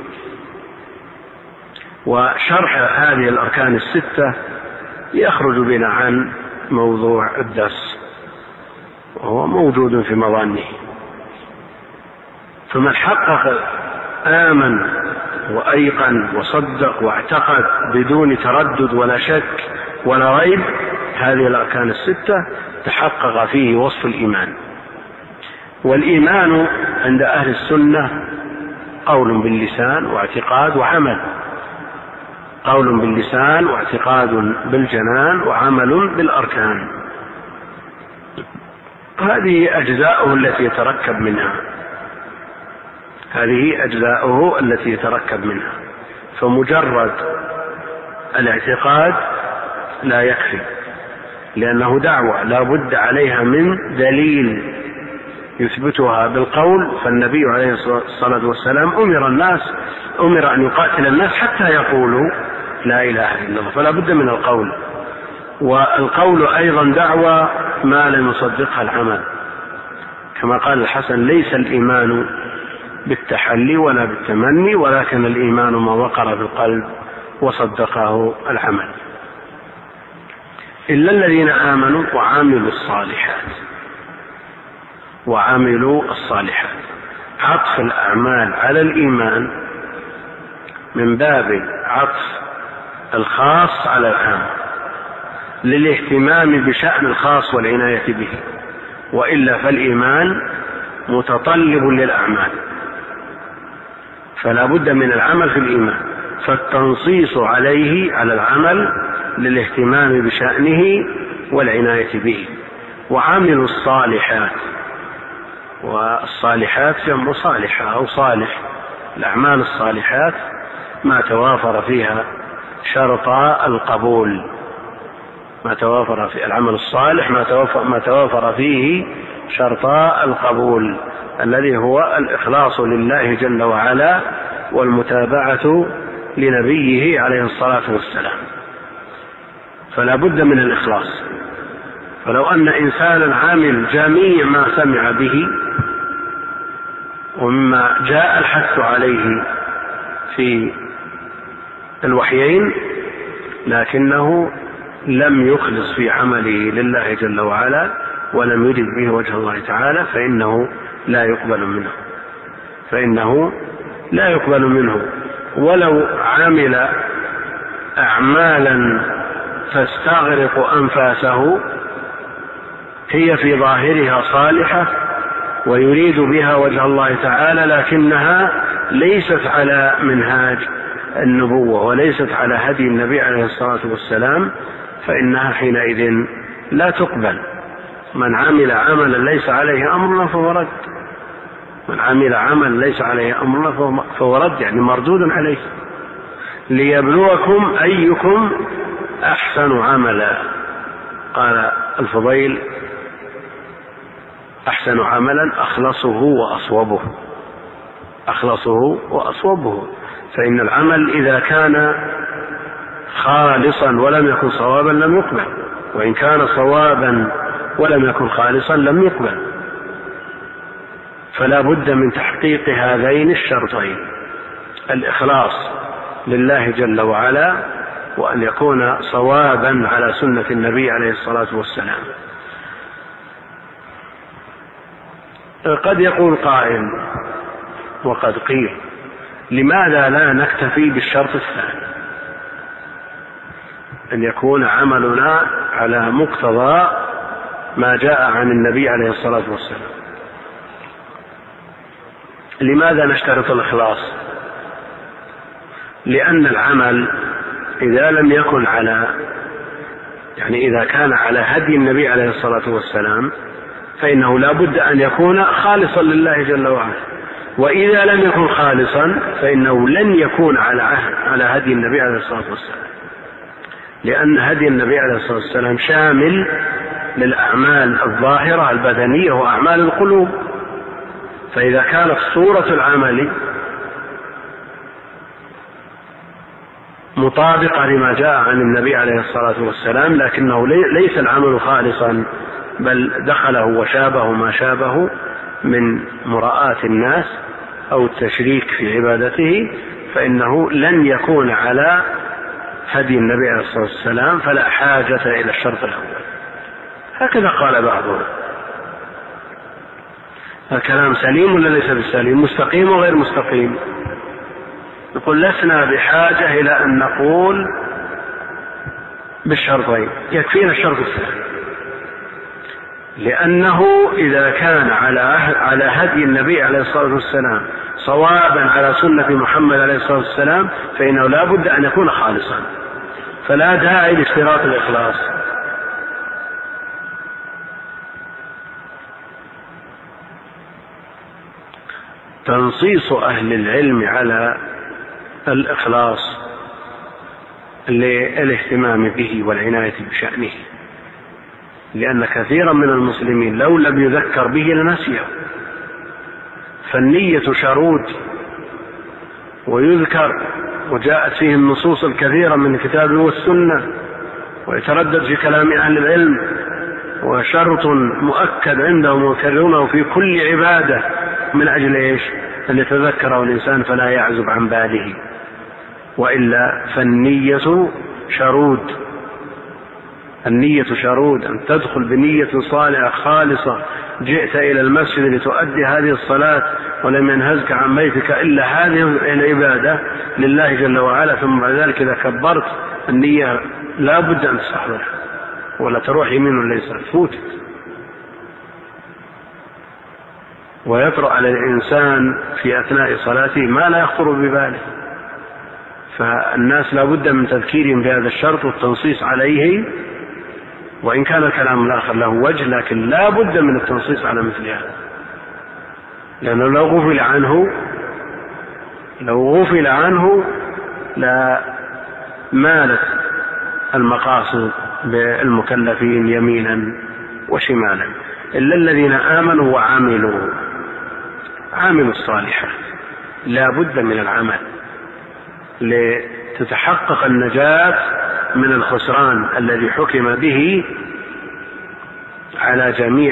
وشرح هذه الأركان 6 يخرج بنا عن موضوع الدرس، وهو موجود في مظانه. فمن حقق آمن وأيقن وصدق واعتقد بدون تردد ولا شك ولا ريب هذه الأركان الستة تحقق فيه وصف الإيمان. والإيمان عند أهل السنة قول باللسان واعتقاد وعمل، قول باللسان واعتقاد بالجنان وعمل بالأركان. هذه أجزاؤه التي يتركب منها، هذه أجزاؤه التي يتركب منها. فمجرد الاعتقاد لا يكفي، لأنه دعوة لا بد عليها من دليل يثبتها بالقول. فالنبي عليه الصلاة والسلام أمر أن يقاتل الناس حتى يقولوا لا إله إلا الله، فلا بد من القول. والقول أيضا دعوة ما لم يصدقها العمل، كما قال الحسن: ليس الإيمان بالتحلي ولا بالتمني، ولكن الإيمان ما وقر في القلب وصدقه العمل. إلا الذين آمنوا وعملوا الصالحات. عطف الأعمال على الإيمان من باب عطف الخاص على العام، للاهتمام بشأن الخاص والعناية به، وإلا فالإيمان متطلب للأعمال، فلا بد من العمل في الإيمان، فالتنصيص عليه على العمل للاهتمام بشأنه والعناية به. وعملوا الصالحات، والصالحات جمع صالحة أو صالح. الأعمال الصالحات ما توافر فيها شرطا القبول، ما توافر في العمل الصالح ما توافر فيه شرطا القبول، الذي هو الإخلاص لله جل وعلا والمتابعة لنبيه عليه الصلاة والسلام. فلا بد من الإخلاص. فلو أن إنسانا عامل جميع ما سمع به ومما جاء الحث عليه في الوحيين، لكنه لم يخلص في عمله لله جل وعلا ولم يرد به وجه الله تعالى، فإنه لا يقبل منه. ولو عمل أعمالا تستغرق أنفاسه هي في ظاهرها صالحة ويريد بها وجه الله تعالى، لكنها ليست على منهاج النبوة وليست على هدي النبي عليه الصلاة والسلام، فإنها حينئذ لا تقبل. من عمل عملا ليس عليه أمرنا فهو رد. من عمل عملا ليس عليه أمرنا فهو رد، يعني مردود عليه. ليبلوكم أيكم أحسن عملا. قال الفضيل: أحسن عملا أخلصه وأصوبه. فإن العمل إذا كان خالصا ولم يكن صوابا لم يقبل، وإن كان صوابا ولم يكن خالصا لم يقبل. فلا بد من تحقيق هذين الشرطين: الإخلاص لله جل وعلا، وأن يكون صوابا على سنة النبي عليه الصلاة والسلام. قد يقول قائل وقد قيل: لماذا لا نكتفي بالشرط الثاني، أن يكون عملنا على مقتضى ما جاء عن النبي عليه الصلاة والسلام؟ لماذا نشترط الإخلاص؟ لأن العمل إذا لم يكن إذا كان على هدي النبي عليه الصلاة والسلام فإنه لا بد أن يكون خالصا لله جل وعلا، وإذا لم يكن خالصا فإنه لن يكون على هدي النبي عليه الصلاة والسلام، لأن هدي النبي عليه الصلاة والسلام شامل للأعمال الظاهرة البدنية وأعمال القلوب. فإذا كانت صورة العمل مطابقة لما جاء عن النبي عليه الصلاة والسلام، لكنه ليس العمل خالصا بل دخله وشابه ما شابه من مراءة الناس أو التشريك في عبادته، فإنه لن يكون على هدي النبي عليه الصلاة والسلام، فلا حاجة إلى الشرط الأول. هكذا قال بعضهم. الكلام سليم ولا ليس بالسليم؟ مستقيم وغير مستقيم؟ نقول لسنا بحاجة إلى أن نقول بالشرطين، يكفينا الشرط الثاني، لأنه إذا كان على هدي النبي عليه الصلاة والسلام صوابا على سنة محمد عليه الصلاة والسلام فإنه لا بد أن يكون خالصا، فلا داعي لاشتراط الإخلاص. تنصيص أهل العلم على الإخلاص للاهتمام به والعناية بشأنه، لأن كثيرا من المسلمين لو لم يذكر به لنسيه، فالنية شرود ويذكر، وجاءت فيه النصوص الكثيرة من الكتاب والسنة، ويتردد في كلام أهل العلم، وشرط مؤكد عندهم ويكررونه في كل عبادة من أجل إيش؟ أن يتذكره الإنسان فلا يعزب عن باله، وإلا فالنية شرود. النية شرود، أن تدخل بنية صالحة خالصة، جئت إلى المسجد لتؤدي هذه الصلاة ولم ينهزك عن بيتك إلا هذه العبادة لله جل وعلا، ثم بعد ذلك إذا كبرت النية لا بد أن تستحضر ولا تروح يمين ولا يسار، فوتت. ويطرأ على الإنسان في أثناء صلاته ما لا يخطر بباله، فالناس لا بد من تذكيرهم بهذا الشرط والتنصيص عليه، وإن كان الكلام الآخر له وجه، لكن لا بد من التنصيص على مثل هذا، لأنه لو غفل عنه لا مالت المقاصد بالمكلفين يمينا وشمالا، إلا الذين آمنوا وعملوا الصالحات. لا بد من العمل لتتحقق النجاة من الخسران الذي حكم به على جميع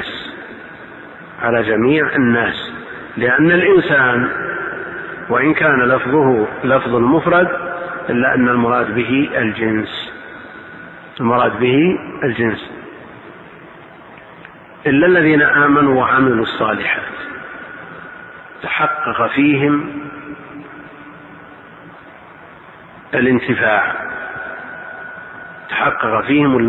الناس، لأن الإنسان وإن كان لفظه لفظ مفرد إلا أن المراد به الجنس، إلا الذين آمنوا وعملوا الصالحات تحقق فيهم الانتفاع، تحقق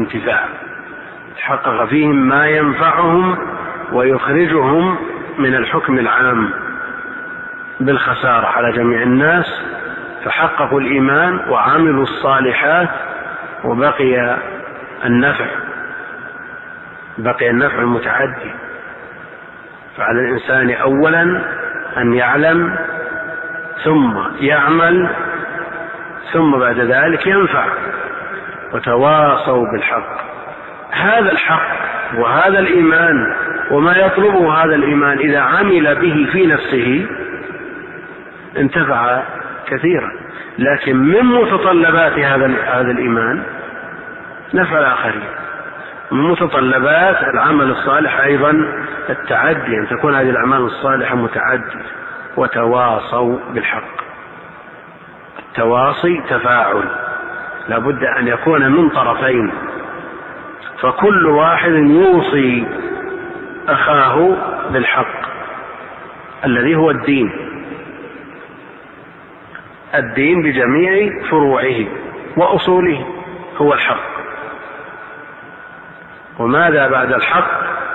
فيهم ما ينفعهم ويخرجهم من الحكم العام بالخسارة على جميع الناس، فحققوا الإيمان وعملوا الصالحات وبقي النفع المتعدي. فعلى الإنسان أولا أن يعلم ثم يعمل ثم بعد ذلك ينفع، وتواصوا بالحق. هذا الحق وهذا الإيمان وما يطلبه هذا الإيمان إذا عمل به في نفسه انتفع كثيرا، لكن من متطلبات هذا الإيمان نفع الآخرين. من متطلبات العمل الصالح أيضا التعدي، أن تكون هذه الأعمال الصالحة متعدية. وتواصوا بالحق، التواصي تفاعل، لابد أن يكون من طرفين، فكل واحد يوصي أخاه بالحق الذي هو الدين بجميع فروعه وأصوله هو الحق. وماذا بعد الحق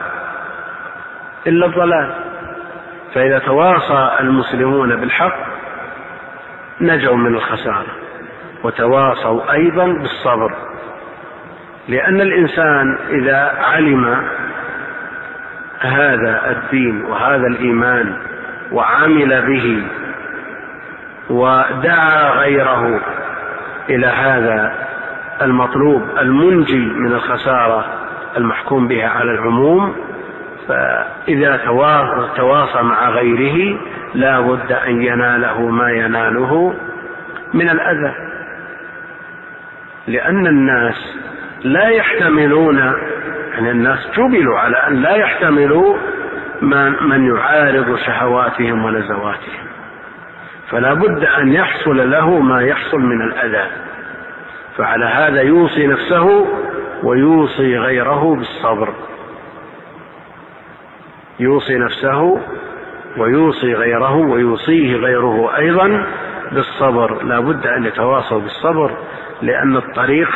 إلا الضلال؟ فإذا تواصى المسلمون بالحق نجوا من الخسارة، وتواصوا أيضا بالصبر، لأن الإنسان إذا علم هذا الدين وهذا الإيمان وعمل به ودعا غيره إلى هذا المطلوب المنجي من الخسارة المحكوم بها على العموم، فإذا تواصى مع غيره لا بد أن يناله ما يناله من الأذى، لأن الناس لا يحتملون، يعني الناس جبلوا على أن لا يحتملوا من يعارض شهواتهم ولذواتهم، فلا بد أن يحصل له ما يحصل من الأذى. فعلى هذا يوصي نفسه ويوصي غيره بالصبر. يوصي نفسه ويوصي غيره ويوصيه غيره أيضا بالصبر. لا بد أن يتواصوا بالصبر لأن الطريق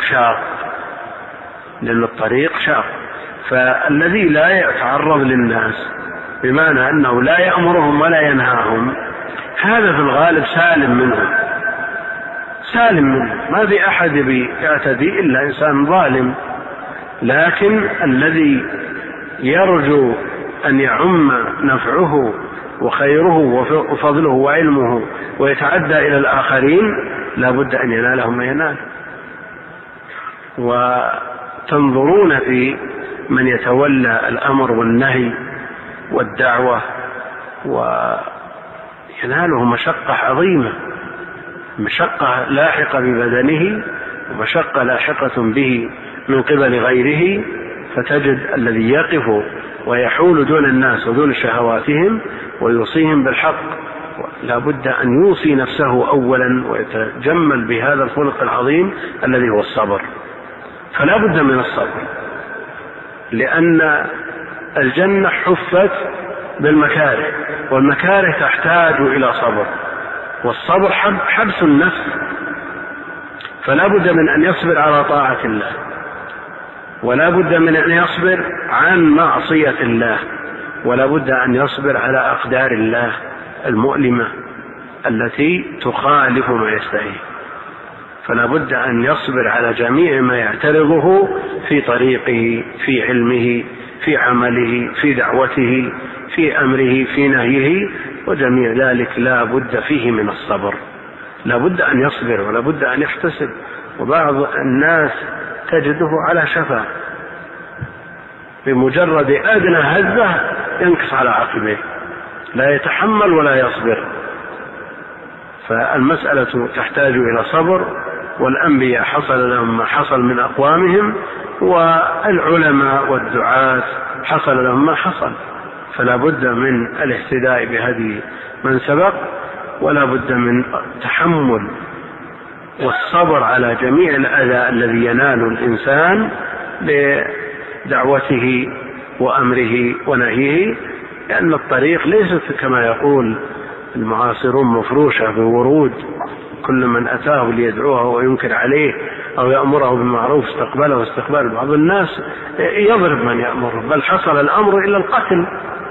شاق. فالذي لا يتعرض للناس بمعنى أنه لا يأمرهم ولا ينهاهم هذا في الغالب سالم منه، ما في أحد يعتدي إلا إنسان ظالم. لكن الذي يرجو أن يعم نفعه وخيره وفضله وعلمه ويتعدى إلى الآخرين لا بد أن ينالهم ما ينال. وتنظرون في من يتولى الأمر والنهي والدعوة ويناله مشقة عظيمة، مشقة لاحقة ببدنه ومشقة لاحقة به من قبل غيره. فتجد الذي يقف ويحول دون الناس ودون شهواتهم ويوصيهم بالحق لا بد أن يوصي نفسه أولا ويتجمل بهذا الخلق العظيم الذي هو الصبر. فلا بد من الصبر لأن الجنة حفت بالمكاره والمكاره تحتاج إلى صبر، والصبر حبس النفس. فلا بد من أن يصبر على طاعة الله ولا بد من أن يصبر عن معصية الله ولا بد أن يصبر على أقدار الله المؤلمة التي تخالف ما يستحي. فلا بد أن يصبر على جميع ما يعترضه في طريقه، في علمه، في عمله، في دعوته، في أمره، في نهيه، وجميع ذلك لا بد فيه من الصبر. لا بد أن يصبر ولا بد أن يحتسب. وبعض الناس تجده على شفا بمجرد أدنى هزة ينكس على عقبه، لا يتحمل ولا يصبر. فالمسألة تحتاج إلى صبر، والأنبياء حصل لهم ما حصل من أقوامهم، والعلماء والدعاة حصل لهم ما حصل. فلا بد من الاهتداء بهدي من سبق ولا بد من تحمل والصبر على جميع الأذى الذي ينال الإنسان بدعوته وأمره ونهيه، لأن الطريق ليست كما يقول المعاصرون مفروشة بورود، كل من أتاه ليدعوه وينكر عليه أو يأمره بالمعروف استقبله استقبال. بعض الناس يضرب من يأمره، بل حصل الأمر إلى القتل،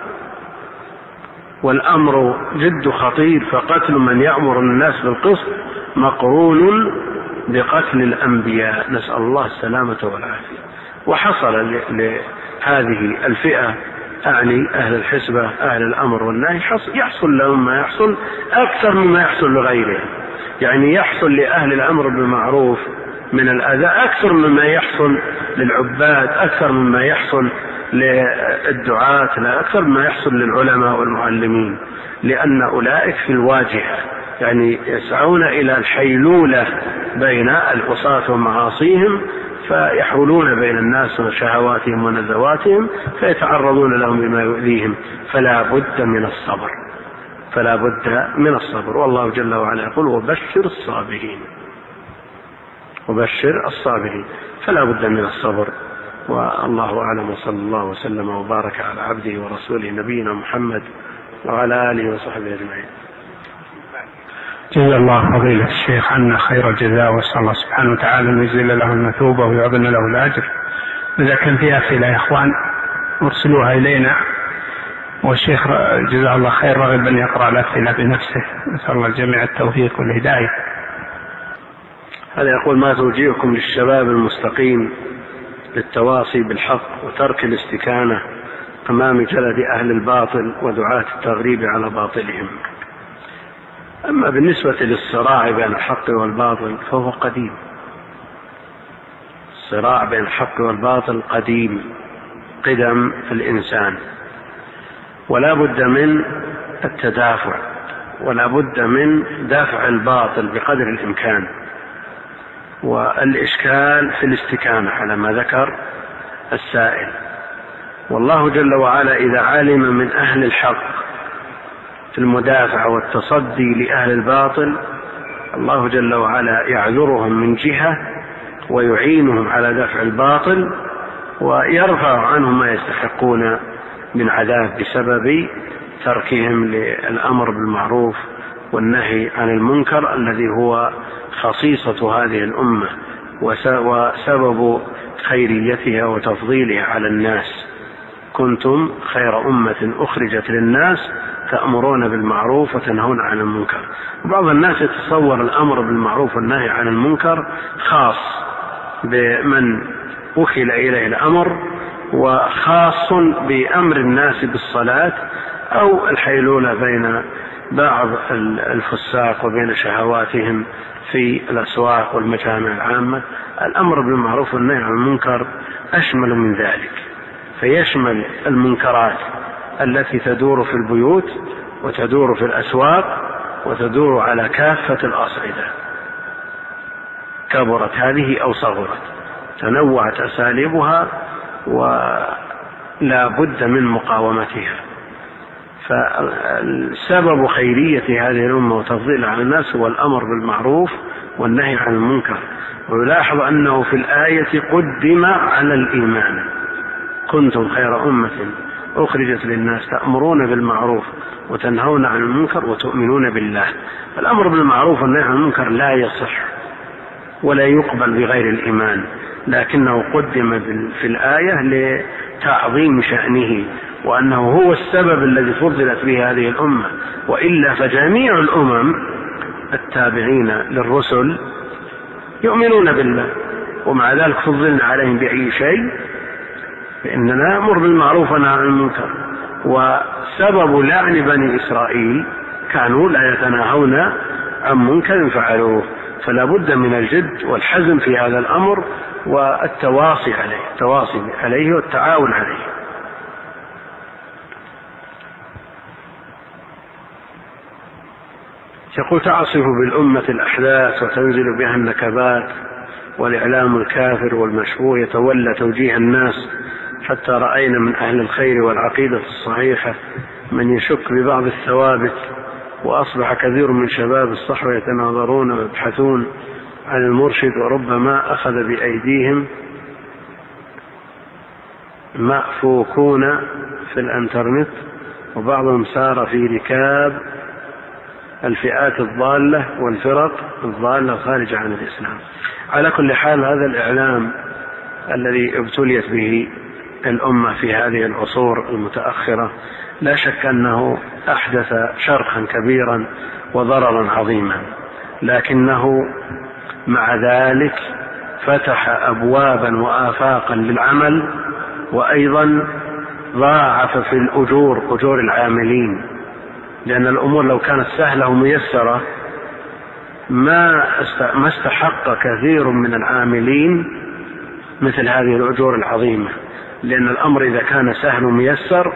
والأمر جد خطير. فقتل من يأمر الناس بالقسط مقرون بقتل الأنبياء، نسأل الله السلامة والعافية. وحصل لهذه الفئة أعني أهل الحسبة أهل الأمر والنهي يحصل لهم ما يحصل أكثر مما يحصل لغيرهم. يعني يحصل لأهل الأمر بالمعروف من الأذى أكثر مما يحصل للعباد، أكثر مما يحصل للدعاة، لا أكثر مما يحصل للعلماء والمعلمين، لأن أولئك في الواجهة، يعني يسعون إلى الحيلولة بين العصاة ومعاصيهم، فيحولون بين الناس وشهواتهم ونزواتهم فيتعرضون لهم بما يؤذيهم. فلا بد من الصبر، فلا بد من الصبر. والله جل وعلا يقول وبشر الصابرين. فلا بد من الصبر. والله أعلم، وصلى الله وسلم وبارك على عبده ورسوله نبينا محمد وعلى آله وصحبه أجمعين. جزا الله فضيلة الشيخ عنا خير الجزاء، وأسأل الله سبحانه وتعالى أن يجزل له المثوبة ويعظم له الأجر. إذا كان في أسئلة يا إخوان ارسلوها إلينا، والشيخ جزاه الله خير رغب أن يقرأ الأسئلة بنفسه، نسأل الله الجميع التوفيق والهداية. هذا يقول ما توجيهكم للشباب المستقيم للتواصي بالحق وترك الاستكانة أمام جلد أهل الباطل ودعاة التغريب على باطلهم؟ أما بالنسبة للصراع بين الحق والباطل فهو قديم. الصراع بين الحق والباطل قدم في الإنسان، ولا بد من التدافع، ولا بد من دافع الباطل بقدر الإمكان. والإشكال في الاستكانة على ما ذكر السائل. والله جل وعلا إذا علم من أهل الحق في المدافع والتصدي لأهل الباطل، الله جل وعلا يعذرهم من جهة ويعينهم على دفع الباطل ويرفع عنهم ما يستحقون من عذاب بسبب تركهم للأمر بالمعروف والنهي عن المنكر الذي هو خصيصة هذه الأمة وسبب خيريتها وتفضيلها على الناس. كنتم خير أمة أخرجت للناس تأمرون بالمعروف وتنهون عن المنكر. بعض الناس يتصور الأمر بالمعروف والنهي عن المنكر خاص بمن وكل إليه الأمر وخاص بأمر الناس بالصلاة أو الحيلولة بين بعض الفساق وبين شهواتهم في الأسواق والمجامع العامة. الأمر بالمعروف والنهي عن المنكر أشمل من ذلك، فيشمل المنكرات التي تدور في البيوت وتدور في الأسواق وتدور على كافة الأصعدة، كبرت هذه أو صغرت، تنوعت أساليبها ولا بد من مقاومتها. فالسبب خيرية هذه الأمة وتفضيلها على الناس هو الأمر بالمعروف والنهي عن المنكر. ويلاحظ أنه في الآية قدم على الإيمان. كنتم خير أمة أخرجت للناس تأمرون بالمعروف وتنهون عن المنكر وتؤمنون بالله. الأمر بالمعروف والنهي عن المنكر لا يصح ولا يقبل بغير الإيمان، لكنه قدم في الآية لتعظيم شأنه وأنه هو السبب الذي فضلت به هذه الأمة، وإلا فجميع الأمم التابعين للرسل يؤمنون بالله ومع ذلك فضلنا عليهم بأي شيء، فإننا نأمر بالمعروف وننهى عن المنكر. وسبب لعن بني إسرائيل كانوا لا يتناهون عن منكر فعلوه. فلا بد من الجد والحزم في هذا الأمر والتواصي عليه والتعاون عليه. يقول تعصف بالأمة الأحداث وتنزل بها النكبات والإعلام الكافر والمشبوه يتولى توجيه الناس، حتى رأينا من أهل الخير والعقيدة الصحيحة من يشك ببعض الثوابت، وأصبح كثير من شباب الصحوة يتناظرون ويبحثون عن المرشد، وربما أخذ بأيديهم مأفوكون في الانترنت، وبعضهم سار في ركاب الفئات الضالة والفرق الضالة الخارجة عن الإسلام. على كل حال هذا الإعلام الذي ابتليت به الأمة في هذه العصور المتأخرة لا شك أنه أحدث شرخا كبيرا وضررا عظيما، لكنه مع ذلك فتح أبوابا وآفاقا للعمل، وأيضا ضاعف في أجور العاملين، لأن الأمور لو كانت سهلة وميسرة ما استحق كثير من العاملين مثل هذه الأجور العظيمة، لأن الأمر إذا كان سهل وميسر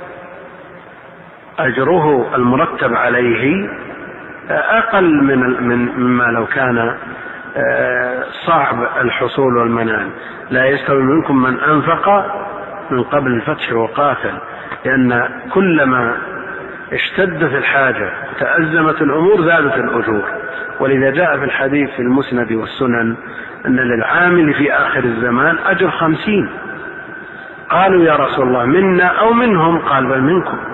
أجره المرتب عليه أقل مما لو كان صعب الحصول والمنال. لا يستوي منكم من أنفق من قبل الفتح وقاتل، لأن كلما اشتدت الحاجة وتأزمت الأمور زادت الأجور. ولذا جاء في الحديث في المسند والسنن أن للعامل في آخر الزمان أجر 50. قالوا يا رسول الله منا أو منهم؟ قال بل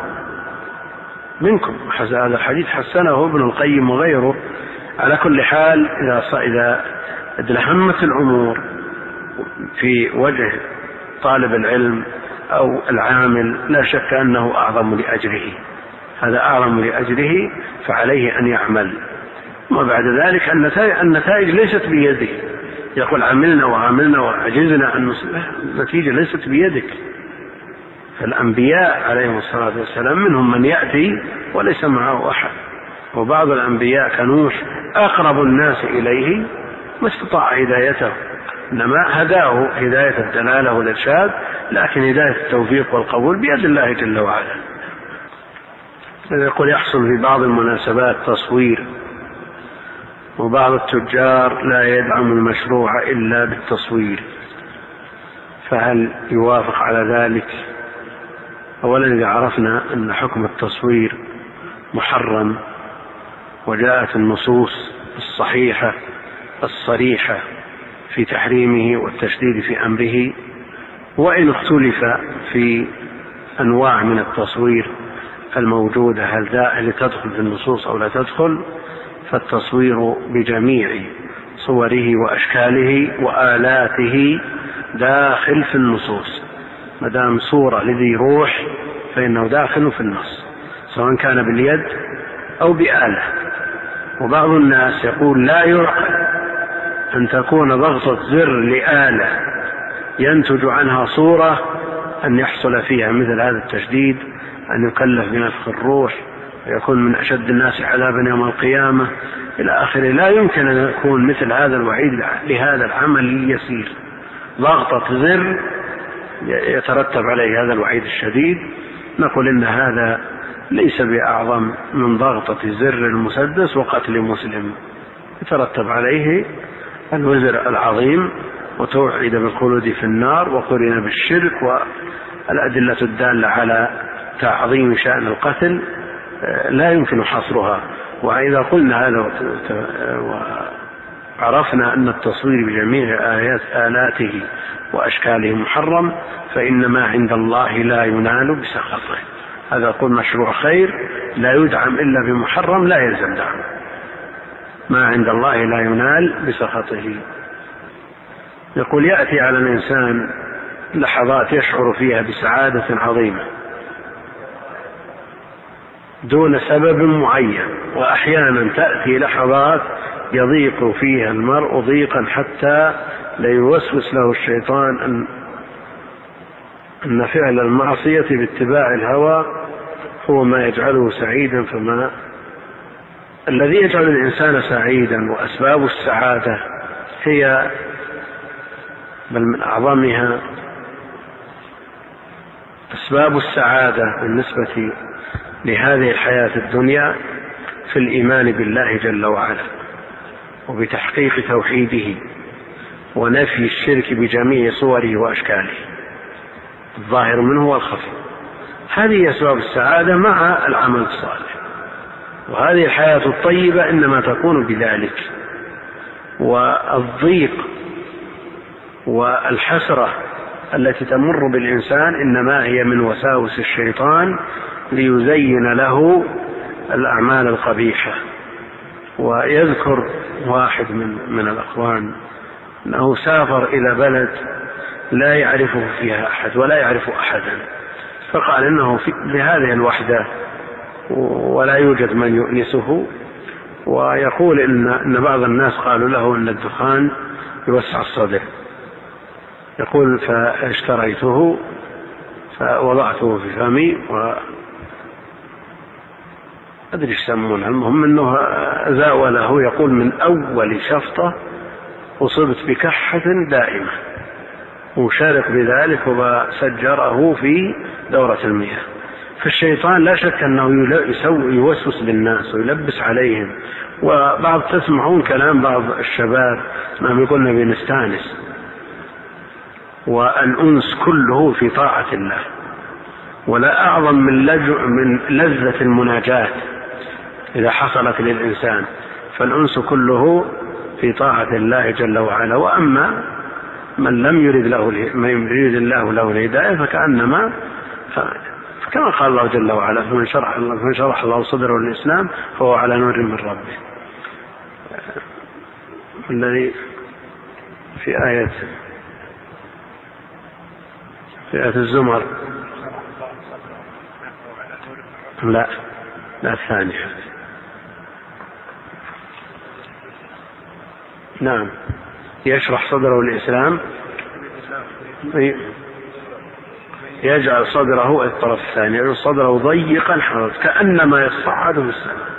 منكم. هذا الحديث حسنه ابن القيم وغيره. على كل حال إذا ادلهمت الأمور في وجه طالب العلم أو العامل لا شك أنه أعظم لأجره، هذا أعظم لأجره، فعليه أن يعمل. وبعد ذلك النتائج ليست بيده. يقول عملنا وعجزنا أن النتيجة ليست بيدك. فالأنبياء عليهم الصلاة والسلام منهم من يأتي وليس معه أحد، وبعض الأنبياء كانوا أقرب الناس إليه ما استطاع هدايته، إنما هداه هداية الدلالة والإرشاد، لكن هداية التوفيق والقبول بيد الله جل وعلا. يقول يحصل في بعض المناسبات تصوير، وبعض التجار لا يدعم المشروع إلا بالتصوير، فهل يوافق على ذلك؟ أولا إذا عرفنا أن حكم التصوير محرم وجاءت النصوص الصحيحة الصريحة في تحريمه والتشديد في أمره، وإن اختلف في أنواع من التصوير الموجودة هل تدخل في النصوص أو لا تدخل، فالتصوير بجميع صوره وأشكاله وآلاته داخل في النصوص، مدام صورة لذي روح فإنه داخل في النص سواء كان باليد أو بآلة. وبعض الناس يقول لا يعقل أن تكون ضغطة زر لآلة ينتج عنها صورة أن يحصل فيها مثل هذا التشديد، أن يكلف بنفخ الروح ويكون من أشد الناس عذابا يوم القيامة إلى آخره. لا يمكن أن يكون مثل هذا الوعيد لهذا العمل اليسير، ضغطة زر يترتب عليه هذا الوعيد الشديد. نقول إن هذا ليس بأعظم من ضغطة زر المسدس وقتل مسلم، يترتب عليه الوزر العظيم وتوعد بالخلود في النار وقرن بالشرك. والأدلة الدالة على تعظيم شأن القتل لا يمكن حصرها. وإذا قلنا هذا وعرفنا أن التصوير بجميع آلاته وأشكاله محرم، فإن ما عند الله لا ينال بسخطه. هذا قل مشروع خير لا يدعم إلا بمحرم لا يلزم دعمه. ما عند الله لا ينال بسخطه. يقول يأتي على الإنسان لحظات يشعر فيها بسعادة عظيمة دون سبب معين، وأحيانا تأتي لحظات يضيق فيها المرء ضيقا حتى لا يوسوس له الشيطان أن فعل المعصية باتباع الهوى هو ما يجعله سعيدا. فما الذي يجعل الإنسان سعيدا وأسباب السعادة هي بل من أعظمها أسباب السعادة بالنسبة لهذه الحياة الدنيا في الإيمان بالله جل وعلا وبتحقيق توحيده ونفي الشرك بجميع صوره وأشكاله الظاهر منه والخفي. هذه أسباب السعادة مع العمل الصالح. وهذه الحياة الطيبة إنما تكون بذلك. والضيق والحسرة التي تمر بالإنسان إنما هي من وساوس الشيطان ليزين له الأعمال القبيحة. ويذكر واحد من الأخوان أنه سافر إلى بلد لا يعرفه فيها أحد ولا يعرف أحدا، فقال إنه بهذه الوحدة ولا يوجد من يؤنسه. ويقول إن بعض الناس قالوا له أن الدخان يوسع الصدر. يقول فاشتريته فوضعته في فمي أدري يسمونه، المهم أنه زاوله. يقول من أول شفطة أصبت بكحة دائمة وشارك بذلك وسجره في دورة المياه. فالشيطان لا شك أنه يوسوس للناس ويلبس عليهم. وبعض تسمعون كلام بعض الشباب ما يقولنا بنستانس، والأنس كله في طاعة الله. ولا أعظم من لذة المناجاة إذا حصلت للإنسان، فالأنس كله في طاعة الله جل وعلا. وأما من لم يريد الله له الهداية فكأنما كما قال الله جل وعلا فمن شرح الله صدره للإسلام فهو على نور من ربه. الذي في آية الزمر لا الثانية. نعم يشرح صدره الإسلام يجعل صدره الطرف الثاني، يجعل صدره ضيقا حرجا كأنما يصعد في السماء.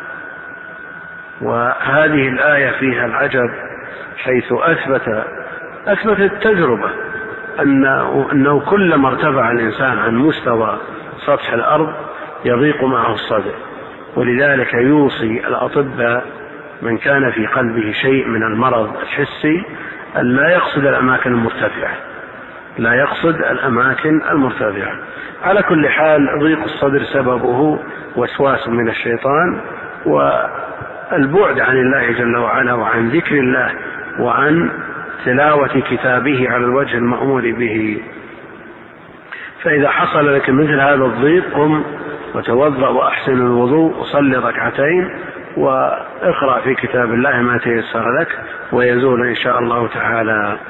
وهذه الآية فيها العجب حيث أثبت التجربة أنه كلما ارتفع الإنسان عن مستوى سطح الأرض يضيق معه الصدر. ولذلك يوصي الأطباء من كان في قلبه شيء من المرض الحسي أن لا يقصد الأماكن المرتفعة، لا يقصد الأماكن المرتفعة. على كل حال ضيق الصدر سببه وسواس من الشيطان والبعد عن الله جل وعلا وعن ذكر الله وعن تلاوة كتابه على الوجه المأمور به. فإذا حصل لك مثل هذا الضيق قم وتوضأ وأحسن الوضوء وصلي ركعتين واقرأ في كتاب الله ما تيسر لك ويزول إن شاء الله تعالى.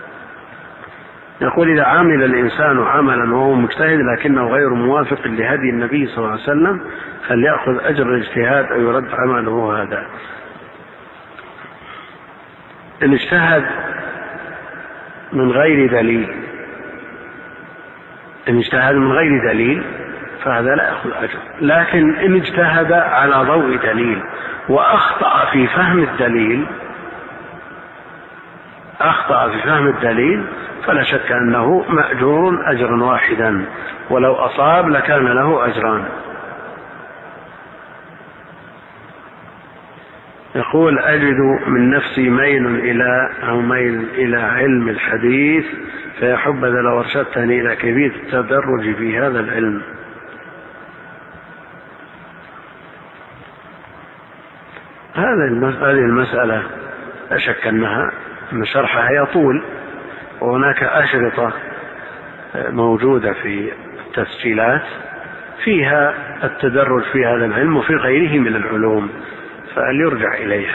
يقول: إذا عمل الإنسان عملا وهو مجتهد لكنه غير موافق لهدي النبي صلى الله عليه وسلم هل يأخذ أجر الاجتهاد أو يرد عمله هذا؟ إن اجتهد من غير دليل فهذا لا يأخذ أجر، لكن إن اجتهد على ضوء دليل وأخطأ في فهم الدليل فلا شك أنه مأجور أجرا واحدا، ولو أصاب لكان له أجران. يقول: أجد من نفسي ميل إلى علم الحديث فيا حبذا لو أرشدتني إلى كيفية التدرج في هذا العلم. هذه المسألة لا شك أن شرحها يطول، وهناك أشرطة موجودة في التسجيلات فيها التدرج في هذا العلم وفي غيره من العلوم، فليرجع إليها.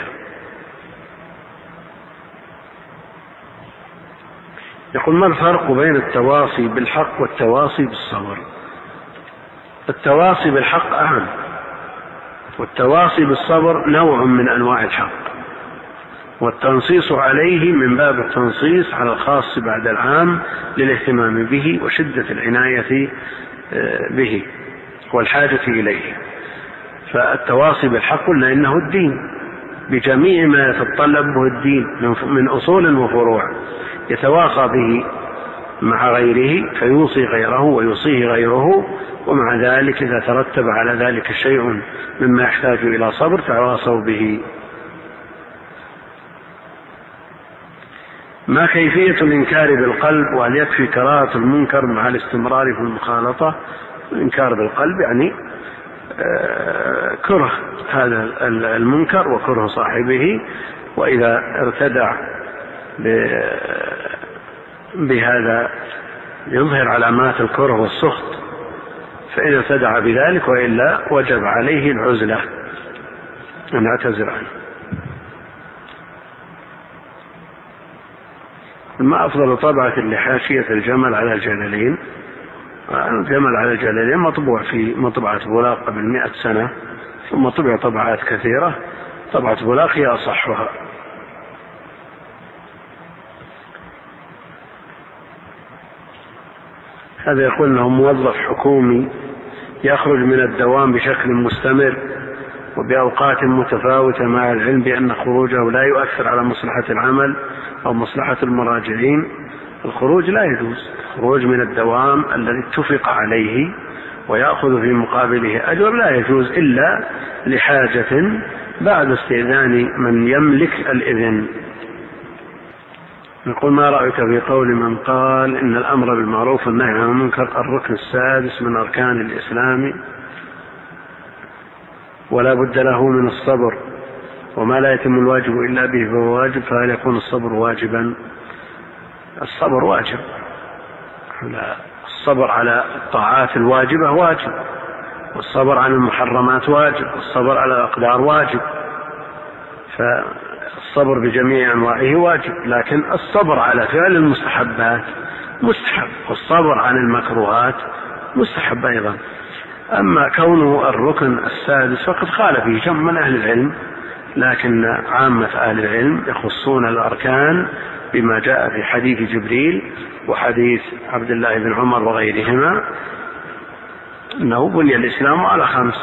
يقول: ما الفرق بين التواصي بالحق والتواصي بالصبر؟ التواصي بالحق أهم، والتواصي بالصبر نوع من أنواع الحق، والتنصيص عليه من باب التنصيص على الخاص بعد العام للاهتمام به وشدة العناية به والحاجة إليه. فالتواصي بالحق قلنا إنه الدين بجميع ما يتطلب به الدين من أصول وفروع، يتواصى به مع غيره فيوصي غيره ويوصيه غيره، ومع ذلك إذا ترتب على ذلك شيء مما يحتاج إلى صبر تواصوا به. ما كيفية الإنكار بالقلب، وهل يكفي كراهة المنكر مع الاستمرار في المخالطة؟ الإنكار بالقلب يعني كره هذا المنكر وكره صاحبه، وإذا ارتدع بهذا يظهر علامات الكره والسخط فإذا ارتدع بذلك، وإلا وجب عليه العزلة أن يعتذر عنه. ما أفضل طبعة لحاشية الجمل على الجلالين؟ الجمل على الجلالين مطبوع في مطبعة بولاق قبل 100 سنة، ثم طبع طبعات كثيرة، طبعة بولاق هي أصحها. هذا يقول له موظف حكومي يخرج من الدوام بشكل مستمر وبأوقات متفاوتة مع العلم بأن خروجه لا يؤثر على مصلحة العمل أو مصلحة المراجعين. الخروج لا يجوز، الخروج من الدوام الذي اتفق عليه ويأخذ في مقابله أجر لا يجوز إلا لحاجة بعد استئذان من يملك الإذن. نقول: ما رأيك في قول من قال إن الأمر بالمعروف والنهي عن المنكر الركن السادس من أركان الإسلام ولا بد له من الصبر، وما لا يتم الواجب إلا به فهو واجب، فهل يكون الصبر واجبا؟ الصبر واجب، الصبر على الطاعات الواجبة واجب، والصبر عن المحرمات واجب، والصبر على الأقدار واجب، فالصبر بجميع أنواعه واجب. لكن الصبر على فعل المستحبات مستحب، والصبر عن المكروهات مستحب أيضا. أما كونه الركن السادس فقد قال فيه جمع من أهل العلم، لكن عامة أهل العلم يخصون الأركان بما جاء في حديث جبريل وحديث عبد الله بن عمر وغيرهما أنه بني الإسلام على 5.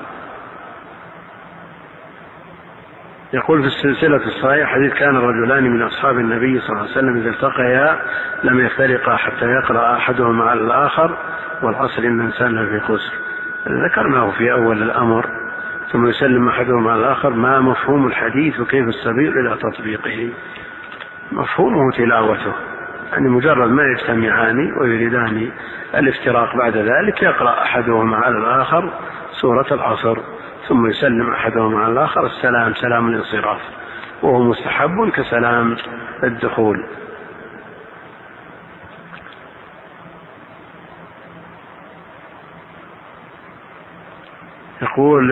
يقول في السلسلة الصحيحة حديث كان رجلان من أصحاب النبي صلى الله عليه وسلم إذا التقيا لم يفترقا حتى يقرأ أحدهما على الآخر والعصر إن الإنسان لفي خسر. ذكرناه في أول الأمر. ثم يسلم أحدهما على الآخر. ما مفهوم الحديث وكيف السبيل إلى تطبيقه؟ مفهومه تلاوته، يعني مجرد ما يجتمعان ويريدان الافتراق بعد ذلك يقرأ أحدهما على الآخر سورة العصر ثم يسلم أحدهما على الآخر السلام سلام الانصراف، وهو مستحب كسلام الدخول. يقول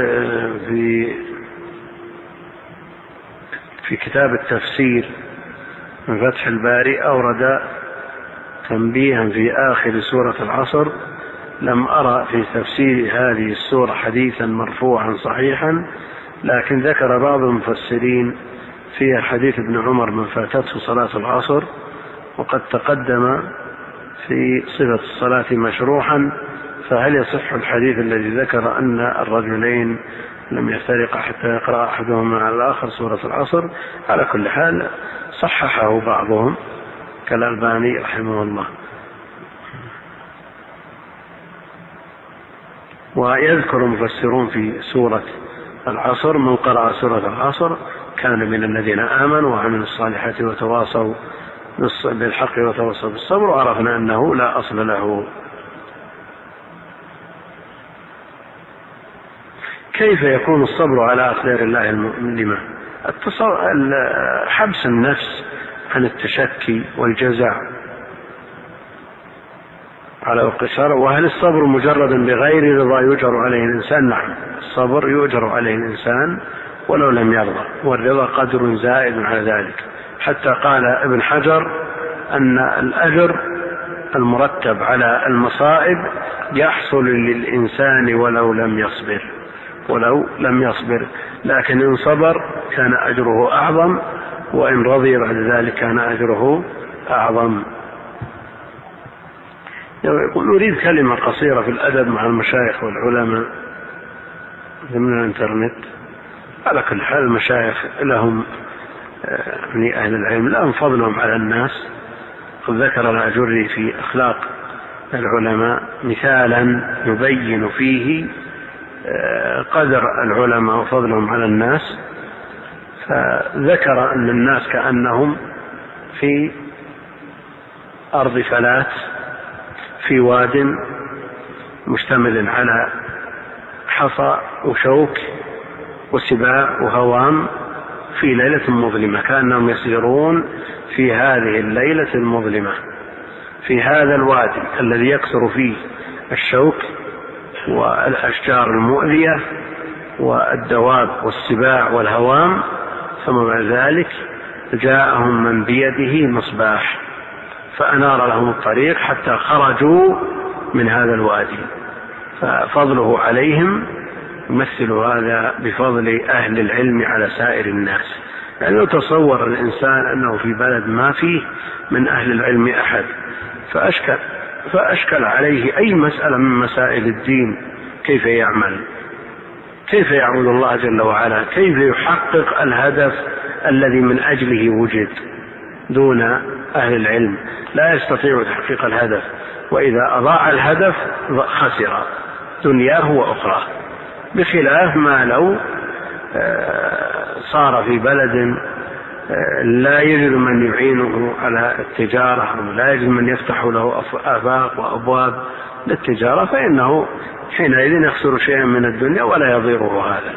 في كتاب التفسير من فتح الباري أورد تنبيها في آخر سورة العصر: لم أرى في تفسير هذه السورة حديثا مرفوعا صحيحا، لكن ذكر بعض المفسرين فيها حديث ابن عمر من فاتته صلاة العصر، وقد تقدم في صفة الصلاة مشروحا، فهل يصح الحديث الذي ذكر أن الرجلين لم يفترقا حتى يقرأ أحدهما على الآخر سورة العصر؟ على كل حال صححه بعضهم كالألباني رحمه الله. ويذكر المفسرون في سورة العصر: من قرأ سورة العصر كان من الذين آمنوا وعملوا الصالحات وتواصوا بالحق وتواصوا بالصبر، وعرفنا أنه لا أصل له. كيف يكون الصبر على أقدار الله المؤلمة؟ حبس النفس عن التشكي والجزع على القصار. وهل الصبر مجرد بغير رضا يؤجر عليه الإنسان؟ نعم، الصبر يؤجر عليه الإنسان ولو لم يرضى، والرضا قدر زائد على ذلك. حتى قال ابن حجر أن الأجر المرتب على المصائب يحصل للإنسان ولو لم يصبر، لكن إن صبر كان أجره أعظم، وإن رضي بعد ذلك كان أجره أعظم. نريد كلمة قصيرة في الأدب مع المشايخ والعلماء من الإنترنت. على كل حال المشايخ لهم من أهل العلم لهم فضلهم على الناس. قد ذكر الأجري في أخلاق العلماء مثالا يبين فيه قدر العلماء وفضلهم على الناس، فذكر أن الناس كأنهم في أرض فلات في واد مشتمل على حصى وشوك وسباع وهوام في ليلة مظلمة، كأنهم يسيرون في هذه الليلة المظلمة في هذا الوادي الذي يكثر فيه الشوك والأشجار المؤذية والدواب والسباع والهوام. ثم بعد ذلك جاءهم من بيده مصباح فأنار لهم الطريق حتى خرجوا من هذا الوادي، ففضله عليهم يمثل هذا بفضل أهل العلم على سائر الناس. يعني يتصور الإنسان أنه في بلد ما فيه من أهل العلم أحد، فأشكل عليه أي مسألة من مسائل الدين، كيف يعمل، كيف يعبد الله جل وعلا، كيف يحقق الهدف الذي من أجله وجد. دون أهل العلم لا يستطيع تحقيق الهدف، وإذا أضاع الهدف خسر دنياه وأخرى، بخلاف ما لو صار في بلد لا يجد من يعينه على التجارة ولا يجد من يفتح له آفاق وأبواب للتجارة، فإنه حينئذ يخسر شيئا من الدنيا ولا يضيره هذا.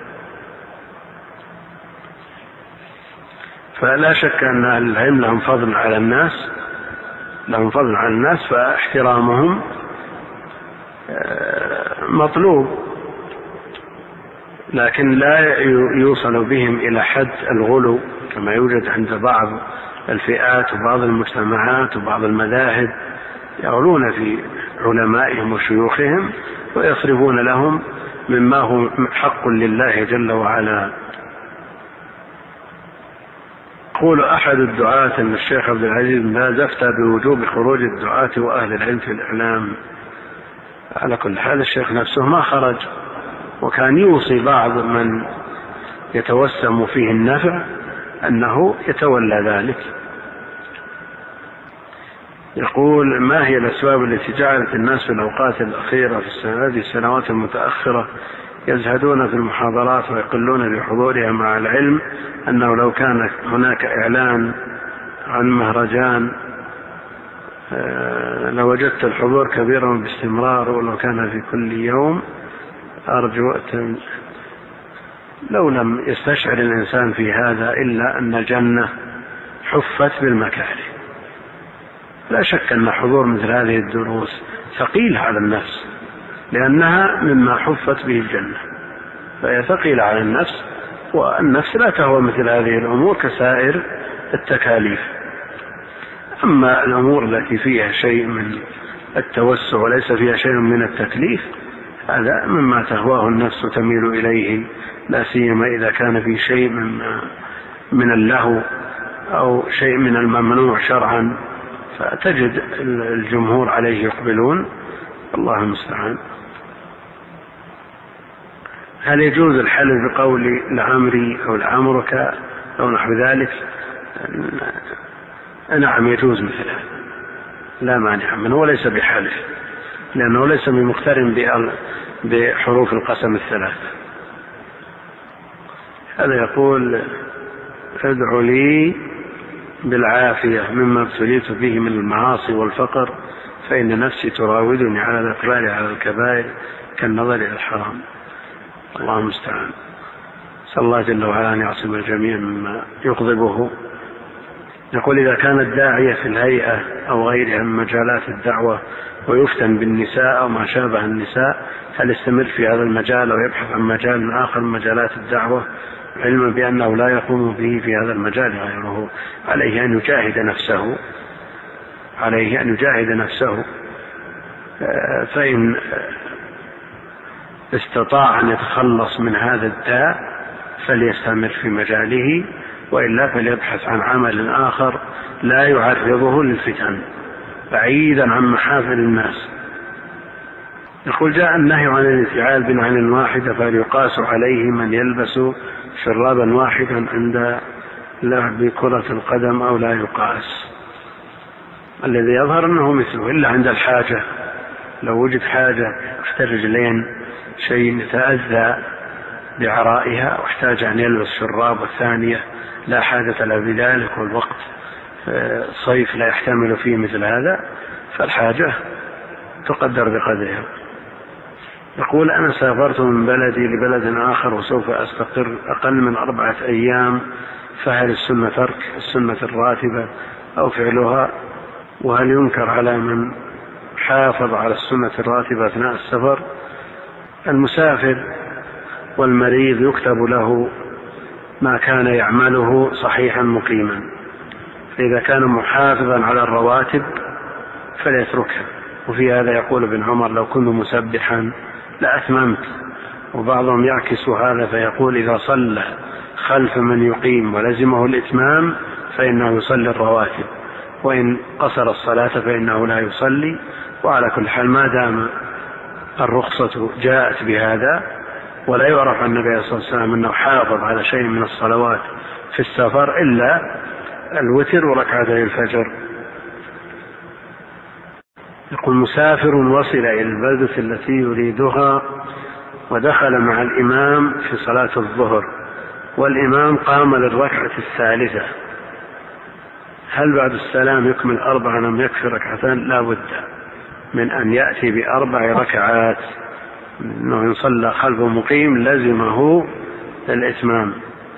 فلا شك أن العلم لهم فضل على الناس، فاحترامهم مطلوب، لكن لا يوصل بهم إلى حد الغلو كما يوجد عند بعض الفئات وبعض المجتمعات وبعض المذاهب، يغلون في علمائهم وشيوخهم ويصرفون لهم مما هو حق لله جل وعلا. يقول أحد الدعاة أن الشيخ عبد العزيز بن باز أفتى بوجوب خروج الدعاة وأهل العلم في الإعلام. على كل حال الشيخ نفسه ما خرج، وكان يوصي بعض من يتوسم فيه النفع أنه يتولى ذلك. يقول: ما هي الأسباب التي جعلت الناس في الأوقات الأخيرة في هذه السنوات المتأخرة يزهدون في المحاضرات ويقلون بحضورها، مع العلم أنه لو كان هناك إعلان عن مهرجان لوجدت الحضور كبيرا باستمرار، ولو كان في كل يوم أرجو لو لم يستشعر الإنسان في هذا إلا أن الجنة حفت بالمكاره. لا شك أن حضور مثل هذه الدروس ثقيل على النفس، لأنها مما حفت به الجنة. فهي ثقيلة على النفس، والنفس لا تهوى مثل هذه الأمور كسائر التكاليف. أما الأمور التي فيها شيء من التوسع وليس فيها شيء من التكليف هذا مما تهواه النفس وتميل إليه، لا سيما إذا كان في شيء من اللهو أو شيء من الممنوع شرعا، فتجد الجمهور عليه يقبلون. الله المستعان. هل يجوز الحلف بقول لعمري أو لعمرك أو نحو ذلك؟ نعم يجوز مثله، لا مانع منه، وليس بحلف لأنه ليس بمقترن بحروف القسم الثلاث. هذا يقول ادعو لي بالعافية مما ابتليت به من المعاصي والفقر، فإن نفسي تراودني على الإقبال على الكبائر كالنظر إلى الحرام. الله المستعان. صلى الله جل وعلا أن يعصم الجميع مما يغضبه. يقول إذا كان الداعية في الهيئة أو غيرها من مجالات الدعوة ويفتن بالنساء أو ما شابه النساء، هل يستمر في هذا المجال أو يبحث عن مجال آخر من مجالات الدعوة، علما بأنه لا يقوم به في هذا المجال غيره؟ عليه أن يجاهد نفسه، فإن استطاع أن يتخلص من هذا الداء فليستمر في مجاله، وإلا فليبحث عن عمل آخر لا يعرضه للفتن بعيدا عن محافل الناس. يقول جاء النهي عن الانفعال بنعل واحدة، فليقاس عليه من يلبس شرابا واحدا عند لعب كرة القدم أو لا يقاس؟ الذي يظهر أنه مثله، إلا عند الحاجة، لو وجد حاجة تحت رجلين شيء يتأذى بعرائها واحتاج أن يلبس شراب، والثانية لا حاجة له بذلك والوقت صيف لا يحتمل فيه مثل هذا، فالحاجة تقدر بقدرها. يقول أنا سافرت من بلدي لبلد آخر وسوف أستقر أقل من 4 أيام، فهل السنة ترك السنة الراتبة أو فعلها؟ وهل ينكر على من حافظ على السنة الراتبة أثناء السفر؟ المسافر والمريض يكتب له ما كان يعمله صحيحا مقيما، فإذا كان محافظا على الرواتب فليتركها. وفي هذا يقول ابن عمر لو كنت مسبحا لأتممت. وبعضهم يعكس هذا فيقول إذا صلى خلف من يقيم ولزمه الإتمام فإنه يصلي الرواتب، وإن قصر الصلاة فإنه لا يصلي. وعلى كل حال ما دام الرخصة جاءت بهذا ولا يعرف عن النبي صلى الله عليه وسلم أنه حافظ على شيء من الصلوات في السفر إلا الوتر وركعتي الفجر. يقول مسافر وصل إلى البلدة التي يريدها ودخل مع الإمام في صلاة الظهر والإمام قام للركعة الثالثة، هل بعد السلام يكمل 4 لم يكفي ركعتان؟ لا بد من أن يأتي ب4 ركعات، إنه إن صلى خلف مقيم لزمه الإتمام.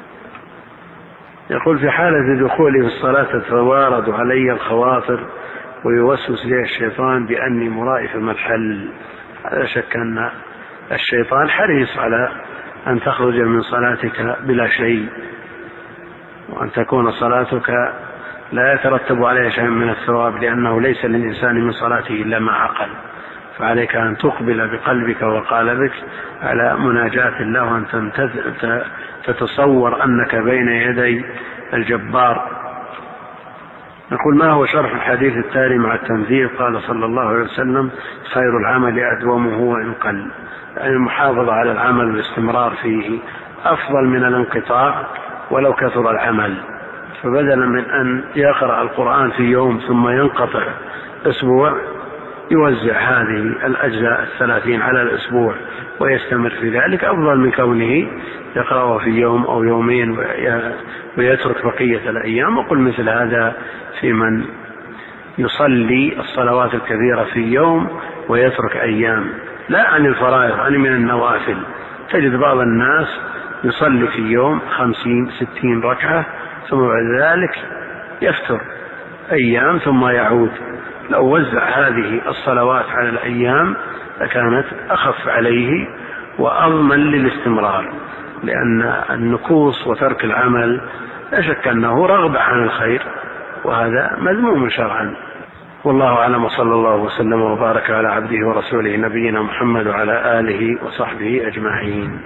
يقول في حالة دخولي في الصلاة تتوارد علي الخواطر ويوسوس لي الشيطان بأني مرائي في المحل. لا شك أن الشيطان حريص على أن تخرج من صلاتك بلا شيء، وأن تكون صلاتك لا يترتب عليها شيء من الثواب، لأنه ليس للإنسان من صلاته إلا ما عقل. فعليك أن تقبل بقلبك وقالبك على مناجاة الله، وأن تتصور أنك بين يدي الجبار. نقول ما هو شرح الحديث التالي مع التنزيل؟ قال صلى الله عليه وسلم خير العمل أدومه وإن قل، يعني المحافظة على العمل والاستمرار فيه أفضل من الانقطاع ولو كثر العمل. فبدلا من أن يقرأ القرآن في يوم ثم ينقطع أسبوع يوزع هذه الأجزاء 30 على الأسبوع ويستمر في ذلك، أفضل من كونه يقرأه في يوم أو يومين ويترك بقية الأيام. وقل مثل هذا في من يصلي الصلوات الكثيرة في يوم ويترك أيام، لا عن الفرائض، عن من النوافل. تجد بعض الناس يصلي في يوم 50-60 ركعة ثم بعد ذلك يفتر أيام ثم يعود. لو وزع هذه الصلوات على الأيام لكانت أخف عليه وأضمن للاستمرار، لأن النكوص وترك العمل لا شك أنه رغبة عن الخير، وهذا مذموم شرعا. والله أعلم، وصلى الله وسلم وبارك على عبده ورسوله نبينا محمد وعلى آله وصحبه أجمعين.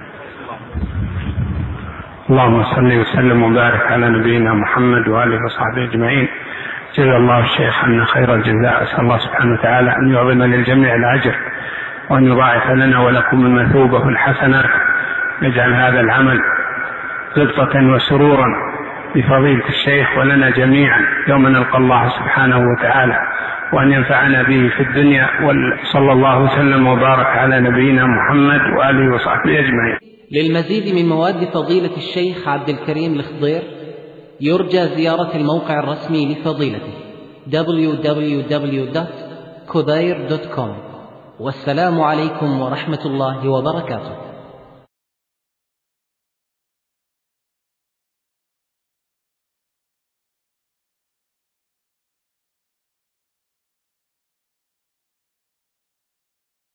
اللهم صل وسلم وبارك على نبينا محمد وآله وصحبه أجمعين. جزا الله الشيخ عنا خير الجزاء. أسأل الله سبحانه وتعالى أن يعظم للجميع الأجر، وأن يضاعف لنا ولكم المثوبة الحسنات، يجعل هذا العمل زبطة وسرورا بفضيلة الشيخ ولنا جميعا يوم نلقى الله سبحانه وتعالى، وأن ينفعنا به في الدنيا. وصلى الله وسلم وبارك على نبينا محمد وآله وصحبه أجمعين. للمزيد من مواد فضيلة الشيخ عبد الكريم الخضير يرجى زيارة الموقع الرسمي لفضيلته www.khudair.com. والسلام عليكم ورحمة الله وبركاته.